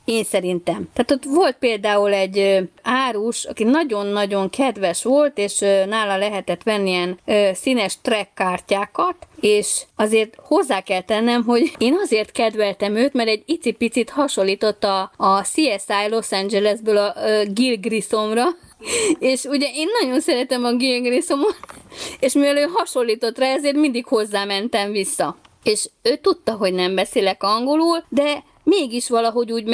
én szerintem. Tehát ott volt például egy árus, aki nagyon-nagyon kedves volt, és nála lehetett venni ilyen színes track kártyákat, és azért hozzá kell tennem, hogy én azért kedveltem őt, mert egy icipicit hasonlított a CSI Los Angelesből a Gil Grissomra, és ugye én nagyon szeretem a Gil Grissomot, és mivel ő hasonlított rá, ezért mindig hozzámentem vissza. És ő tudta, hogy nem beszélek angolul, de mégis valahogy úgy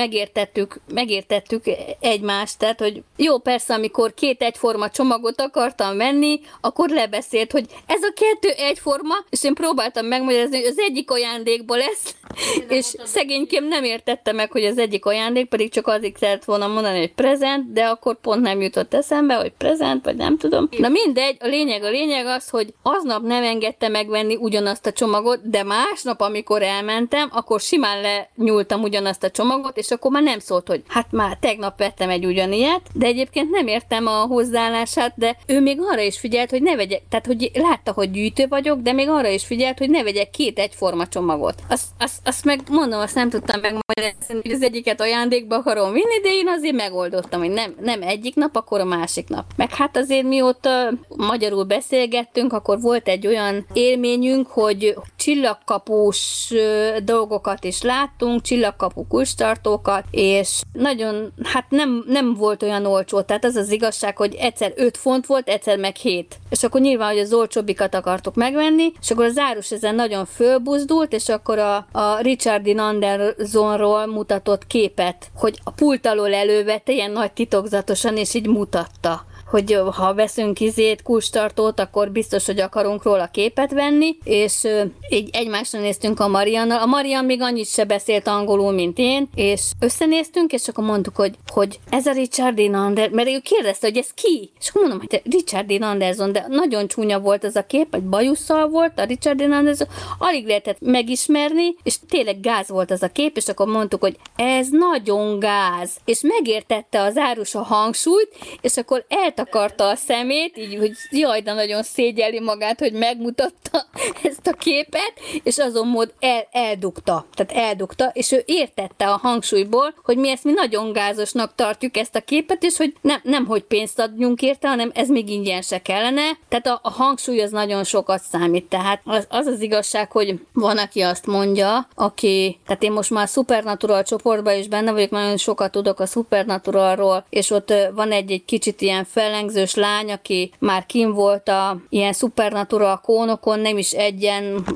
megértettük egymást, tehát, hogy jó, persze, amikor 2 egyforma csomagot akartam venni, akkor lebeszélt, hogy ez a 2 egyforma, és én próbáltam megmagyarázni, hogy az egyik ajándékból lesz, és szegénykém nem értette meg, hogy az egyik ajándék, pedig csak azért kellett volna mondani, hogy prezent, de akkor pont nem jutott eszembe, hogy prezent, vagy nem tudom. Na mindegy, a lényeg az, hogy aznap nem engedte megvenni ugyanazt a csomagot, de másnap, amikor elmentem, akkor simán lenyúltam ugyanazt a csomagot, és akkor már nem szólt, hogy hát már tegnap vettem egy ugyanilyet, de egyébként nem értem a hozzáállását, de ő még arra is figyelt, hogy ne vegyek, tehát hogy látta, hogy gyűjtő vagyok, de még arra is figyelt, hogy ne vegyek 2 egyforma csomagot. Azt meg mondom, azt nem tudtam megmagyarázni, hogy az egyiket ajándékba akarom vinni, de én azért megoldottam, hogy nem egyik nap, akkor a másik nap. Meg hát azért mióta magyarul beszélgettünk, akkor volt egy olyan élményünk, hogy csillagkapós dolgokat is láttunk, csillagkapu kulcstartókat, és nagyon, hát nem volt olyan olcsó, tehát az az igazság, hogy egyszer 5 font volt, egyszer meg 7. És akkor nyilván, hogy az olcsóbbikat akartuk megvenni, és akkor az árus ezen nagyon fölbuzdult, és akkor a Richard Dean Andersonról mutatott képet, hogy a pult alól elővette, ilyen nagy titokzatosan, és így mutatta, hogy ha veszünk kulcstartót, akkor biztos, hogy akarunk róla képet venni, és így egymásra néztünk a Mariannal. A Marian még annyit se beszélt angolul, mint én, és összenéztünk, és akkor mondtuk, hogy ez a Richard Dean Anderson, mert ő kérdezte, hogy ez ki? És akkor mondom, hogy Richard Dean Anderson, de nagyon csúnya volt az a kép, egy bajusszal volt a Richard Dean Anderson, alig lehetett megismerni, és tényleg gáz volt az a kép, és akkor mondtuk, hogy ez nagyon gáz, és megértette az árus a hangsúlyt, és akkor eltakarta a szemét, így, hogy jaj, de nagyon szégyeli magát, hogy megmutatta ezt a képet, és azon mód eldugta, és ő értette a hangsúlyból, hogy mi ezt mi nagyon gázosnak tartjuk ezt a képet, és hogy nem hogy pénzt adjunk érte, hanem ez még ingyen se kellene, tehát a hangsúly az nagyon sokat számít, tehát az igazság, hogy van, aki azt mondja, tehát én most már a Supernatural csoportban is benne vagyok, nagyon sokat tudok a Supernaturalról, és ott van egy kicsit ilyen fellengzős lány, aki már kim volt a ilyen Supernatural kónokon, nem is 1,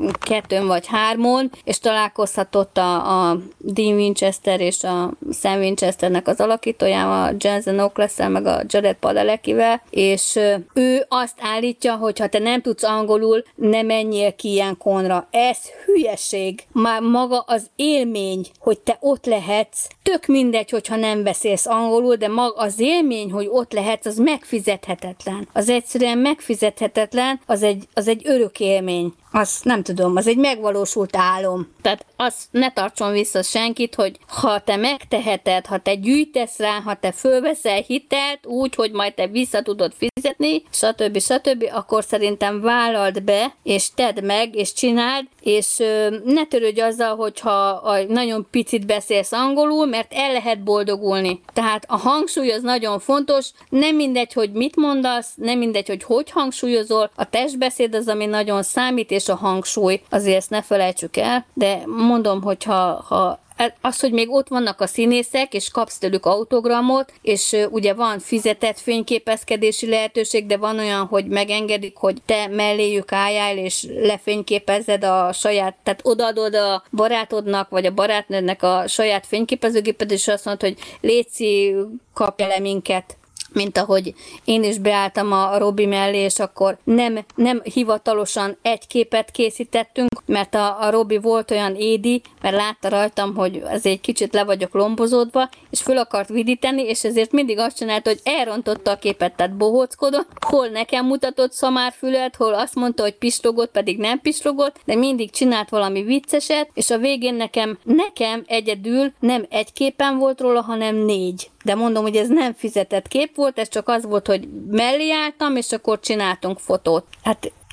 2 vagy 3, és találkozhatott a Dean Winchester és a Sam Winchesternek az alakítójával, a Jensen Ackles-szel, meg a Jared Padaleckivel, és ő azt állítja, hogy ha te nem tudsz angolul, ne menjél ki ilyen konra. Ez hülyeség. Már maga az élmény, hogy te ott lehetsz, tök mindegy, hogyha nem beszélsz angolul, de maga az élmény, hogy ott lehetsz, az megfizethetetlen. Az egyszerűen megfizethetetlen, az egy örök élmény. Azt nem tudom, az egy megvalósult álom. Tehát azt ne tartson vissza senkit, hogy ha te megteheted, ha te gyűjtesz rá, ha te fölveszel hitelt úgy, hogy majd te vissza tudod fizetni, stb., akkor szerintem vállald be, és tedd meg, és csináld, és ne törődj azzal, hogyha nagyon picit beszélsz angolul, mert el lehet boldogulni. Tehát a hangsúly az nagyon fontos, nem mindegy, hogy mit mondasz, nem mindegy, hogy hangsúlyozol, a testbeszéd az, ami nagyon számít, és a hangsúly, azért ezt ne felejtsük el, de mondom, hogy ha az, hogy még ott vannak a színészek, és kapsz tőlük autogramot, és ugye van fizetett fényképezkedési lehetőség, de van olyan, hogy megengedik, hogy te melléjük álljál, és lefényképezzed a saját, tehát odaadod a barátodnak, vagy a barátnődnek a saját fényképezőgépet, és azt mondod, hogy léci, kapja le minket, mint ahogy én is beálltam a Robi mellé, és akkor nem hivatalosan egy képet készítettünk, mert a Robi volt olyan édi, mert látta rajtam, hogy azért egy kicsit le vagyok lombozódva, és föl akart vidíteni, és ezért mindig azt csinálta, hogy elrontotta a képet, tehát bohóckodott, hol nekem mutatott szamárfület, hol azt mondta, hogy pislogott, pedig nem pislogott, de mindig csinált valami vicceset, és a végén nekem egyedül nem egy képen volt róla, hanem 4. De mondom, hogy ez nem fizetett kép volt, ez csak az volt, hogy mellé álltam, és akkor csináltunk fotót. Hát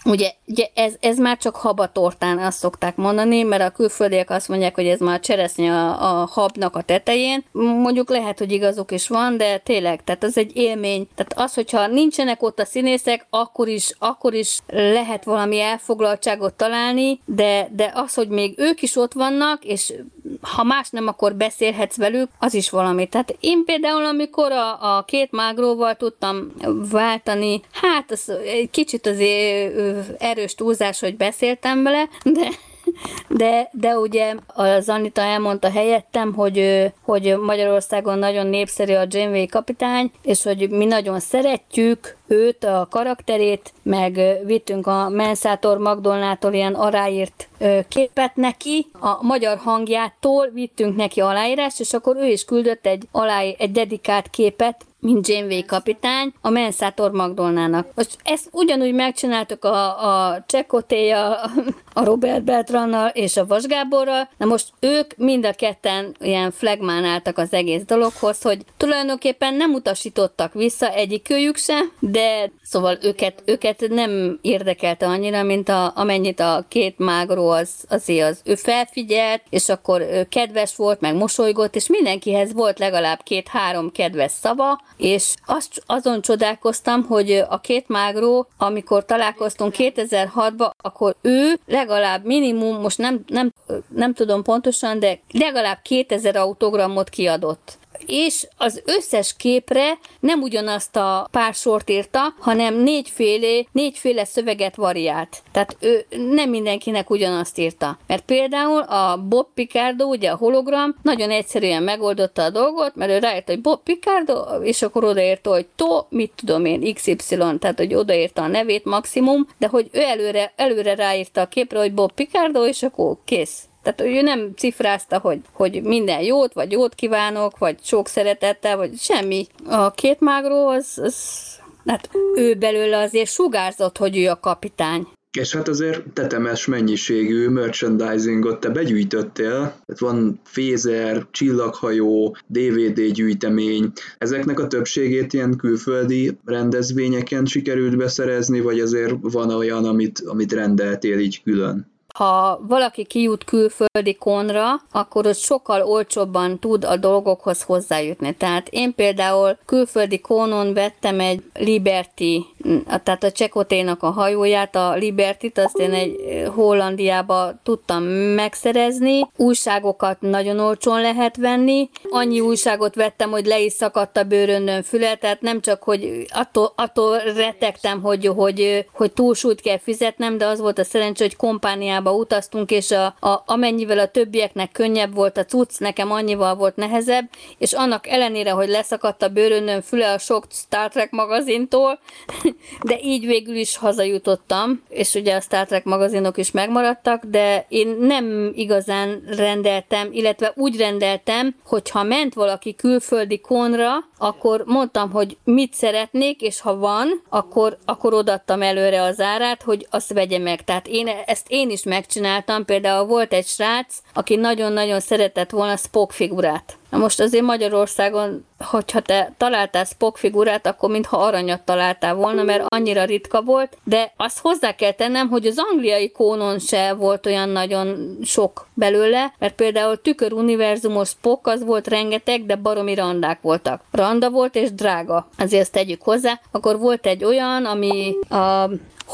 Ugye ez már csak habatortán, azt szokták mondani, mert a külföldiek azt mondják, hogy ez már cseresznye a habnak a tetején. Mondjuk lehet, hogy igazuk is van, de tényleg, tehát az egy élmény. Tehát az, hogyha nincsenek ott a színészek, akkor is lehet valami elfoglaltságot találni, de az, hogy még ők is ott vannak, és ha más nem, akkor beszélhetsz velük, az is valami. Tehát én például, amikor a két mágróval tudtam váltani, hát az egy kicsit azért erős túlzás, hogy beszéltem vele, de ugye az Anita elmondta helyettem, hogy Magyarországon nagyon népszerű a Janeway kapitány, és hogy mi nagyon szeretjük őt, a karakterét, meg vittünk a Mensátor Magdolnától ilyen aláírt képet neki, a magyar hangjától vittünk neki aláírást, és akkor ő is küldött egy dedikált képet, mint Janeway kapitány, a Mensátor Magdolnának. Most ezt ugyanúgy megcsináltuk a Csekotéja, a Robert Beltrannal és a Vas Gáborral. Na most ők mind a ketten ilyen flagmán álltak az egész dologhoz, hogy tulajdonképpen nem utasítottak vissza egyikőjük se, de szóval őket nem érdekelte annyira, mint amennyit a két mágró az ő felfigyelt, és akkor kedves volt, meg mosolygott, és mindenkihez volt legalább 2-3 kedves szava, és azon csodálkoztam, hogy a két mágró, amikor találkoztunk 2006-ban, akkor ő legalább minimum, most nem tudom pontosan, de legalább 2000 autogramot kiadott. És az összes képre nem ugyanazt a pár sort írta, hanem négyféle szöveget variált. Tehát ő nem mindenkinek ugyanazt írta. Mert például a Bob Picardo, ugye a hologram, nagyon egyszerűen megoldotta a dolgot, mert ő ráírta, hogy Bob Picardo, és akkor odaírta, hogy mit tudom én, XY, tehát hogy odaírta a nevét maximum, de hogy ő előre ráírta a képre, hogy Bob Picardo, és akkor kész. Tehát ő nem cifrázta, hogy minden jót, vagy jót kívánok, vagy sok szeretettel, vagy semmi. A két mágró, hát ő belőle azért sugárzott, hogy ő a kapitány. És hát azért tetemes mennyiségű merchandisingot te begyűjtöttél, tehát van fézer, csillaghajó, DVD gyűjtemény, ezeknek a többségét ilyen külföldi rendezvényeken sikerült beszerezni, vagy azért van olyan, amit rendeltél így külön? Ha valaki kijut külföldi konra, akkor ott sokkal olcsóbban tud a dolgokhoz hozzájutni. Tehát én például külföldi konon vettem egy Liberty, tehát a Csekoténak a hajóját, a Liberty-t, azt én egy Hollandiába tudtam megszerezni. Újságokat nagyon olcsón lehet venni. Annyi újságot vettem, hogy le is szakadt a bőröndön füle, tehát nem csak, hogy attól rettegtem, hogy túlsúlyt kell fizetnem, de az volt a szerencsé, hogy kompániában utaztunk, és amennyivel a többieknek könnyebb volt a cucc, nekem annyival volt nehezebb, és annak ellenére, hogy leszakadt a bőröndön füle a sok Star Trek magazintól, de így végül is hazajutottam, és ugye a Star Trek magazinok is megmaradtak, de én nem igazán rendeltem, illetve úgy rendeltem, hogy ha ment valaki külföldi konra, akkor mondtam, hogy mit szeretnék, és ha van, akkor odaadtam előre az árát, hogy azt vegye meg. Tehát ezt én is megcsináltam, például volt egy srác, aki nagyon-nagyon szeretett volna Spock figurát. Na most azért Magyarországon, hogyha te találtál Spock figurát, akkor mintha aranyat találtál volna, mert annyira ritka volt, de azt hozzá kell tennem, hogy az angliai kónon se volt olyan nagyon sok belőle, mert például tüköruniverzumos Spock az volt rengeteg, de baromi randák voltak. Randa volt és drága, azért ezt tegyük hozzá. Akkor volt egy olyan, ami a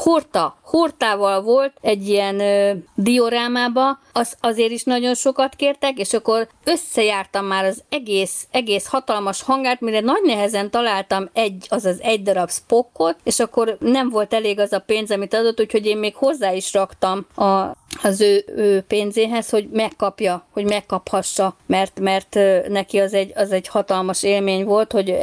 Hortával volt egy ilyen diorámába, azért is nagyon sokat kértek, és akkor összejártam már az egész hatalmas hangát, mire nagy nehezen találtam egy darab Spockot, és akkor nem volt elég az a pénz, amit adott, úgyhogy én még hozzá is raktam az ő pénzéhez, hogy megkaphassa, mert neki az egy hatalmas élmény volt, hogy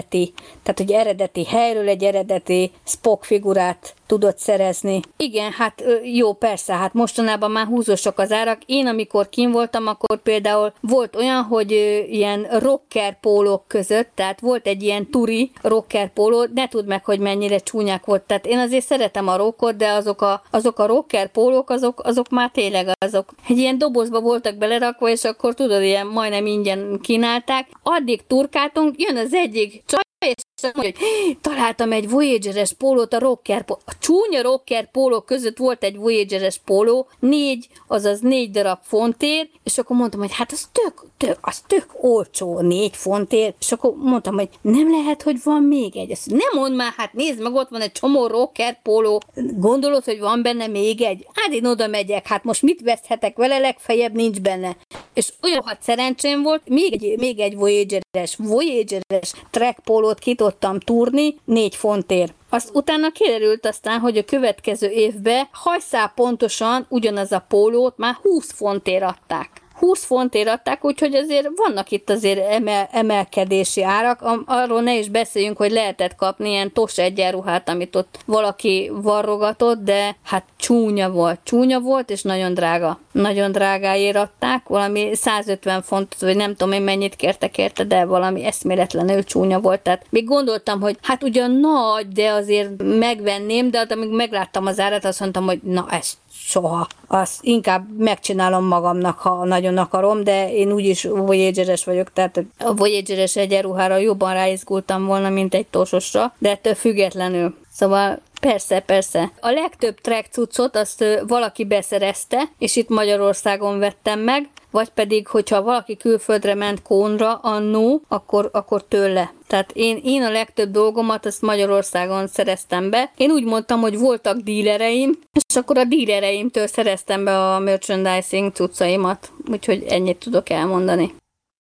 eredeti helyről egy eredeti Spock figurát tudott szerezni. Igen, hát jó, persze, hát mostanában már húzósak az árak. Én, amikor kim voltam, akkor például volt olyan, hogy ilyen rocker pólók között, tehát volt egy ilyen turi rocker póló, ne tudd meg, hogy mennyire csúnyák volt. Tehát én azért szeretem a rockot, de azok a rocker pólók, azok már tényleg azok. Egy ilyen dobozba voltak belerakva, és akkor tudod, ilyen majdnem ingyen kínálták. Addig turkáltunk, jön az egyik csaj, és hogy találtam egy Voyager-es pólót, a csúnya rocker póló között volt egy Voyager-es póló, 4 darab fontért, és akkor mondtam, hogy hát az tök olcsó, 4 fontért, és akkor mondtam, hogy nem lehet, hogy van még egy. Azt nem mondd már, hát nézd meg, ott van egy csomó rocker póló, gondolod, hogy van benne még egy? Hát én oda megyek, hát most mit veszthetek vele, legfeljebb nincs benne. És olyan hat szerencsém volt, még egy Voyager-es track pólót ki tudtam túrni 4 fontért. Azt utána kiderült aztán, hogy a következő évben hajszál pontosan ugyanaz a pólót már 20 fontért adták. 20 fontért adták, úgyhogy azért vannak itt azért emelkedési árak. Arról ne is beszéljünk, hogy lehetett kapni ilyen tos egyenruhát, amit ott valaki varrogatott, de hát csúnya volt, és nagyon drága. Nagyon drágáért adták, valami 150 fontot, vagy nem tudom én mennyit kértek érte, de valami eszméletlenül csúnya volt. Tehát még gondoltam, hogy hát ugyan nagy, de azért megvenném, de amíg megláttam az árat, azt mondtam, hogy na ezt soha. Azt inkább megcsinálom magamnak, ha nagyon akarom, de én úgyis Voyager-es vagyok, tehát a Voyager-es egyenruhára jobban ráizgultam volna, mint egy tososra, de ettől függetlenül. Szóval persze. A legtöbb track cuccot azt valaki beszerezte, és itt Magyarországon vettem meg, vagy pedig, hogyha valaki külföldre ment Kónra annó, akkor tőle. Tehát én a legtöbb dolgomat azt Magyarországon szereztem be. Én úgy mondtam, hogy voltak dílereim, és akkor a dílereimtől szereztem be a merchandising cuccaimat. Úgyhogy ennyit tudok elmondani.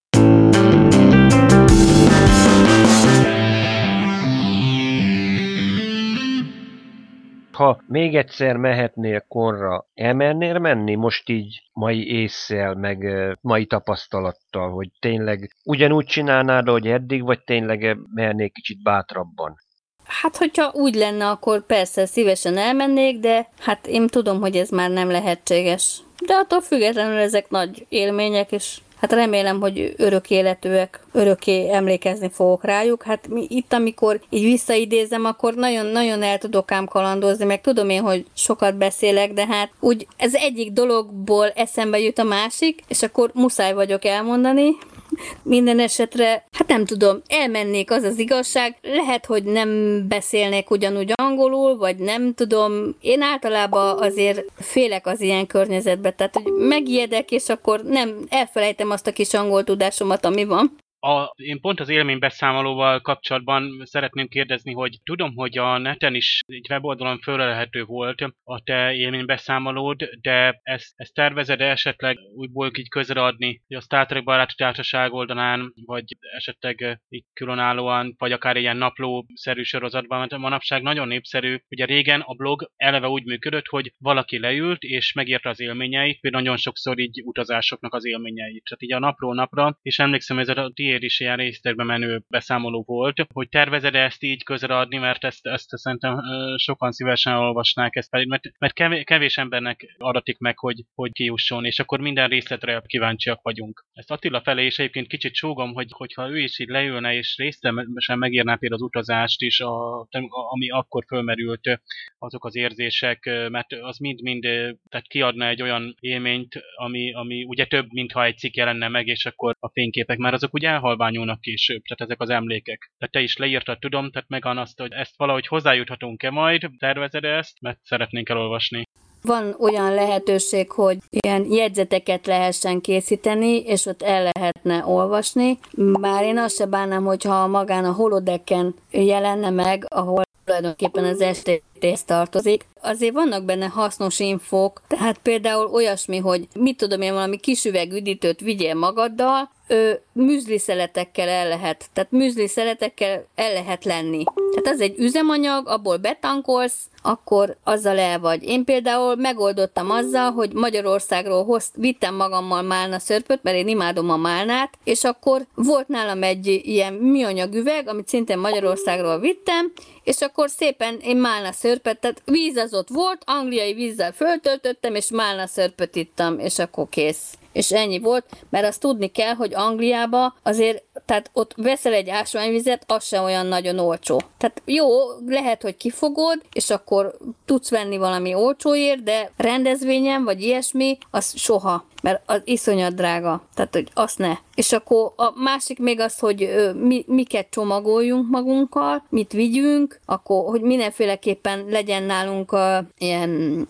Ha még egyszer mehetnél Konra, elmernél menni most így mai ésszel, meg mai tapasztalattal, hogy tényleg ugyanúgy csinálnád, ahogy eddig, vagy tényleg mernél kicsit bátrabban? Hát, hogyha úgy lenne, akkor persze szívesen elmennék, de hát én tudom, hogy ez már nem lehetséges. De attól függetlenül ezek nagy élmények, és hát remélem, hogy örök életűek, örökké emlékezni fogok rájuk. Hát itt, amikor így visszaidézem, akkor nagyon-nagyon el tudok ám kalandozni, meg tudom én, hogy sokat beszélek, de hát úgy ez egyik dologból eszembe jut a másik, és akkor muszáj vagyok elmondani. Minden esetre, hát nem tudom, elmennék, az az igazság. Lehet, hogy nem beszélnék ugyanúgy angolul, vagy nem tudom. Én általában azért félek az ilyen környezetbe, tehát hogy megijedek, és akkor nem elfelejtem azt a kis angol tudásomat, ami van. Én pont az élménybeszámolóval kapcsolatban szeretném kérdezni, hogy tudom, hogy a neten is egy weboldalon fölelhető volt a te élménybeszámolód, de ezt tervezed-e esetleg újból így közreadni, hogy a Star Trek Baráti Társaság oldalán, vagy esetleg így különállóan, vagy akár ilyen naplószerű sorozatban, mert manapság nagyon népszerű. Ugye régen a blog eleve úgy működött, hogy valaki leült és megírta az élményeit, például nagyon sokszor így utazásoknak az élményeit. Tehát így a napról napra, és emlékszem, ez a is ilyen részletekbe menő beszámoló volt, hogy tervezed ezt így közreadni, mert ezt szerintem sokan szívesen olvasnák ezt, mert kevés embernek adatik meg, hogy kijusson, és akkor minden részletre kíváncsiak vagyunk. Ezt Attila felé is egyébként kicsit súgom, hogyha ő is így leülne, és részletesen megírná például az utazást is, ami akkor fölmerült, azok az érzések, mert az mind tehát kiadna egy olyan élményt, ami ugye több, mintha egy cikk jelenne meg, és akkor a fényképek már azok ugye elhalványulnak később, tehát ezek az emlékek. Tehát te is leírtad, tudom, tehát megvan azt, hogy ezt valahogy hozzájuthatunk-e majd, tervezed ezt, mert szeretnénk elolvasni. Van olyan lehetőség, hogy ilyen jegyzeteket lehessen készíteni, és ott el lehetne olvasni. Bár én azt se bánnám, hogyha magán a holodecken jelenne meg, ahol tulajdonképpen az STT-hez tartozik. Azért vannak benne hasznos infók, tehát például olyasmi, hogy mit tudom én, valami kis üvegüdítőt vigyél magaddal, műzliszeletekkel el lehet lenni. Tehát az egy üzemanyag, abból betankolsz, akkor azzal el vagy. Én például megoldottam azzal, hogy Magyarországról vittem magammal málna szörpöt, mert én imádom a málnát, és akkor volt nálam egy ilyen műanyag üveg, amit szintén Magyarországról vittem, és akkor szépen én málna szörpöt, tehát víz az ott volt, angliai vízzel föltöltöttem, és málna szörpöt ittam, és akkor kész. és ennyi volt, mert azt tudni kell, hogy Angliába azért, tehát ott veszel egy ásványvizet, az sem olyan nagyon olcsó. Tehát jó, lehet, hogy kifogod, és akkor tudsz venni valami olcsóért, de rendezvényen, vagy ilyesmi, az soha, mert az iszonyat drága. Tehát, hogy azt ne. És akkor a másik még az, hogy miket csomagoljunk magunkkal, mit vigyünk, akkor, hogy mindenféleképpen legyen nálunk ilyen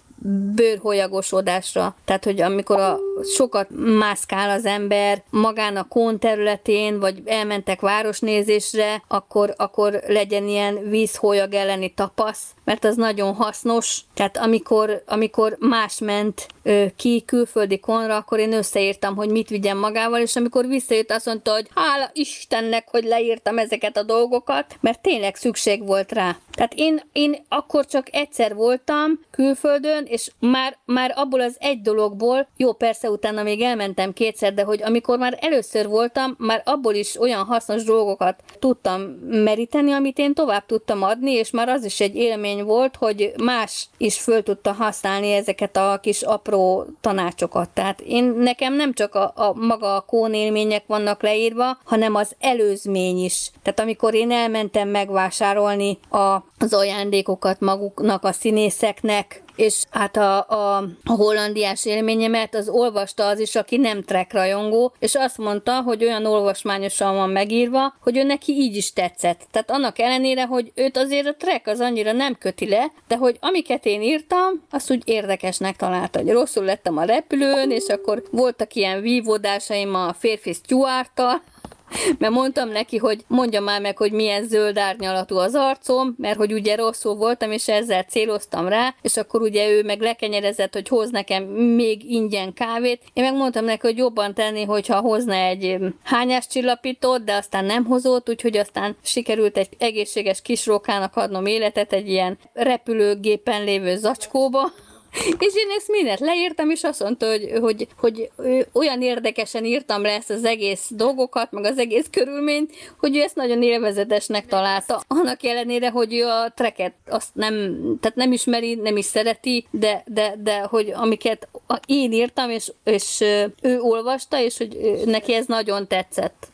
bőrholyagosodásra. Tehát, hogy amikor sokat mászkál az ember magán a Kón területén, vagy elmentek városnézésre, akkor legyen ilyen vízholyag elleni tapasz, mert az nagyon hasznos. Tehát amikor más ment ki külföldi Kónra, akkor én összeírtam, hogy mit vigyen magával, és amikor visszajött, azt mondta, hogy hála Istennek, hogy leírtam ezeket a dolgokat, mert tényleg szükség volt rá. Tehát én akkor csak egyszer voltam külföldön, és már abból az egy dologból, jó, persze utána még elmentem kétszer, de hogy amikor már először voltam, már abból is olyan hasznos dolgokat tudtam meríteni, amit én tovább tudtam adni, és már az is egy élmény volt, hogy más is föl tudta használni ezeket a kis apró tanácsokat. Tehát nekem nem csak a maga a Kón élmények vannak leírva, hanem az előzmény is. Tehát amikor én elmentem megvásárolni az ajándékokat maguknak, a színészeknek, és hát a hollandiás élményemet az olvasta az is, aki nem Trek rajongó, és azt mondta, hogy olyan olvasmányosan van megírva, hogy ő neki így is tetszett. Tehát annak ellenére, hogy őt azért a Trek az annyira nem köti le, de hogy amiket én írtam, azt úgy érdekesnek találta, hogy rosszul lettem a repülőn, és akkor voltak ilyen vívódásaim a férfi Stuarttal, mert mondtam neki, hogy mondja már meg, hogy milyen zöld árnyalatú az arcom, mert hogy ugye rosszul voltam, és ezzel céloztam rá, és akkor ugye ő meg lekenyerezett, hogy hoz nekem még ingyen kávét. Én meg mondtam neki, hogy jobban tenni, hogyha hozna egy hányáscsillapítót, de aztán nem hozott, úgyhogy aztán sikerült egy egészséges kisrókának adnom életet egy ilyen repülőgépen lévő zacskóba. És én ezt mindent leírtam, és azt mondta, hogy olyan érdekesen írtam le ezt az egész dolgokat, meg az egész körülményt, hogy ő ezt nagyon élvezetesnek találta. Annak ellenére, hogy ő a Treket azt nem ismeri, nem is szereti, de hogy amiket én írtam, és ő olvasta, és hogy neki ez nagyon tetszett.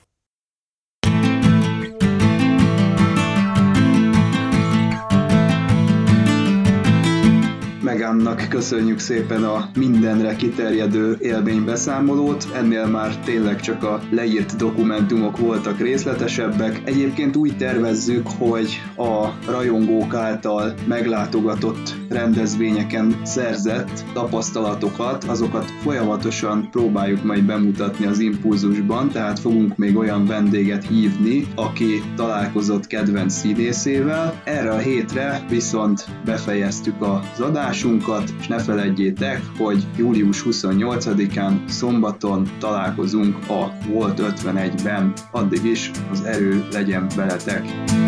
Megannak köszönjük szépen a mindenre kiterjedő élménybeszámolót, ennél már tényleg csak a leírt dokumentumok voltak részletesebbek. Egyébként úgy tervezzük, hogy a rajongók által meglátogatott rendezvényeken szerzett tapasztalatokat, azokat folyamatosan próbáljuk majd bemutatni az Impulzusban, tehát fogunk még olyan vendéget hívni, aki találkozott kedvenc színészével. Erre a hétre viszont befejeztük az adást, és ne feledjétek, hogy július 28-án szombaton találkozunk a Volt 51-ben. Addig is az erő legyen veletek!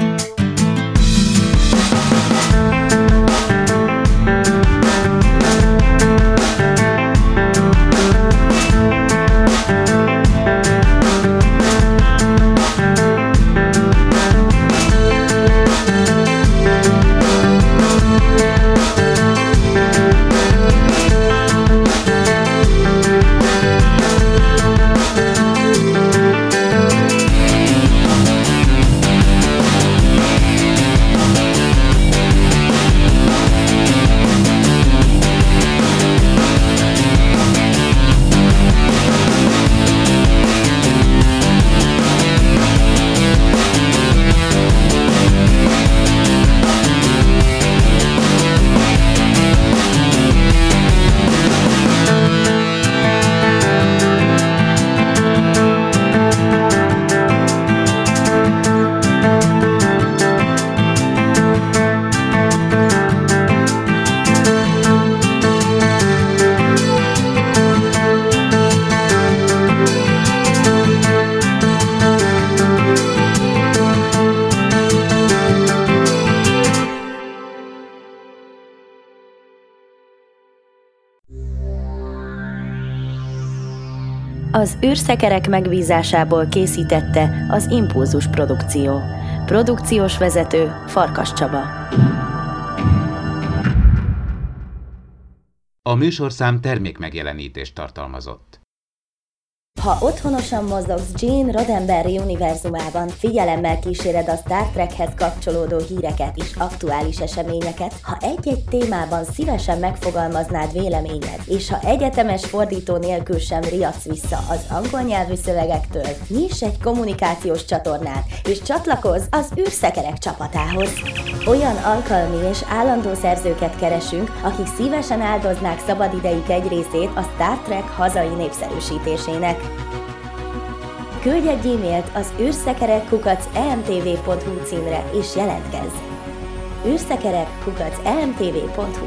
Az űrszekerek megbízásából készítette az Impulzus Produkció. Produkciós vezető Farkas Csaba. A műsorszám termékmegjelenítést tartalmazott. Ha otthonosan mozogsz Gene Roddenberry univerzumában, figyelemmel kíséred a Star Trekhez kapcsolódó híreket és aktuális eseményeket, ha egy-egy témában szívesen megfogalmaznád véleményed, és ha egyetemes fordító nélkül sem riadsz vissza az angol nyelvű szövegektől, nyiss egy kommunikációs csatornát, és csatlakozz az űrszekerek csapatához. Olyan alkalmi és állandó szerzőket keresünk, akik szívesen áldoznák szabadidejük egy részét a Star Trek hazai népszerűsítésének. Küldj egy e-mailt az űrszekerek@emtv.hu címre és jelentkezz! űrszekerek@emtv.hu.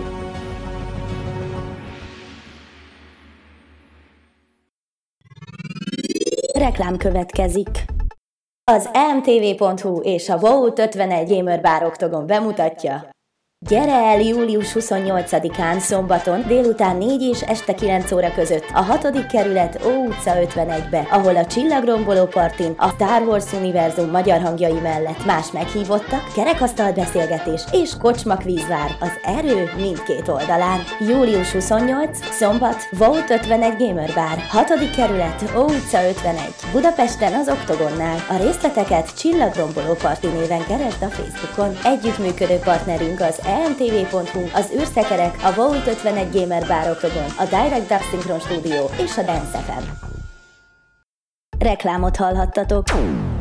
Reklám következik. Az emtv.hu és a Vault 51 Gamer Bar Oktogon bemutatja. Gyere el július 28-án szombaton délután 4 és este 9 óra között a 6. kerület Ó utca 51-be, ahol a Csillagromboló partin a Star Wars univerzum magyar hangjai mellett más meghívottak, kerekasztal beszélgetés és kocsmakvíz vár az erő mindkét oldalán. Július 28, szombat, Vault 51 Gamer Bar, 6. kerület Ó utca 51, Budapesten az Oktogonnál. A részleteket Csillagromboló parti néven keresd a Facebookon. Együttműködő partnerünk az emtv.hu, az űrszekerek, a Vault 51 Gamer Bar Oktogon, a Direct Dub Synchron Studio és a Dance FM. Reklámot hallhattatok.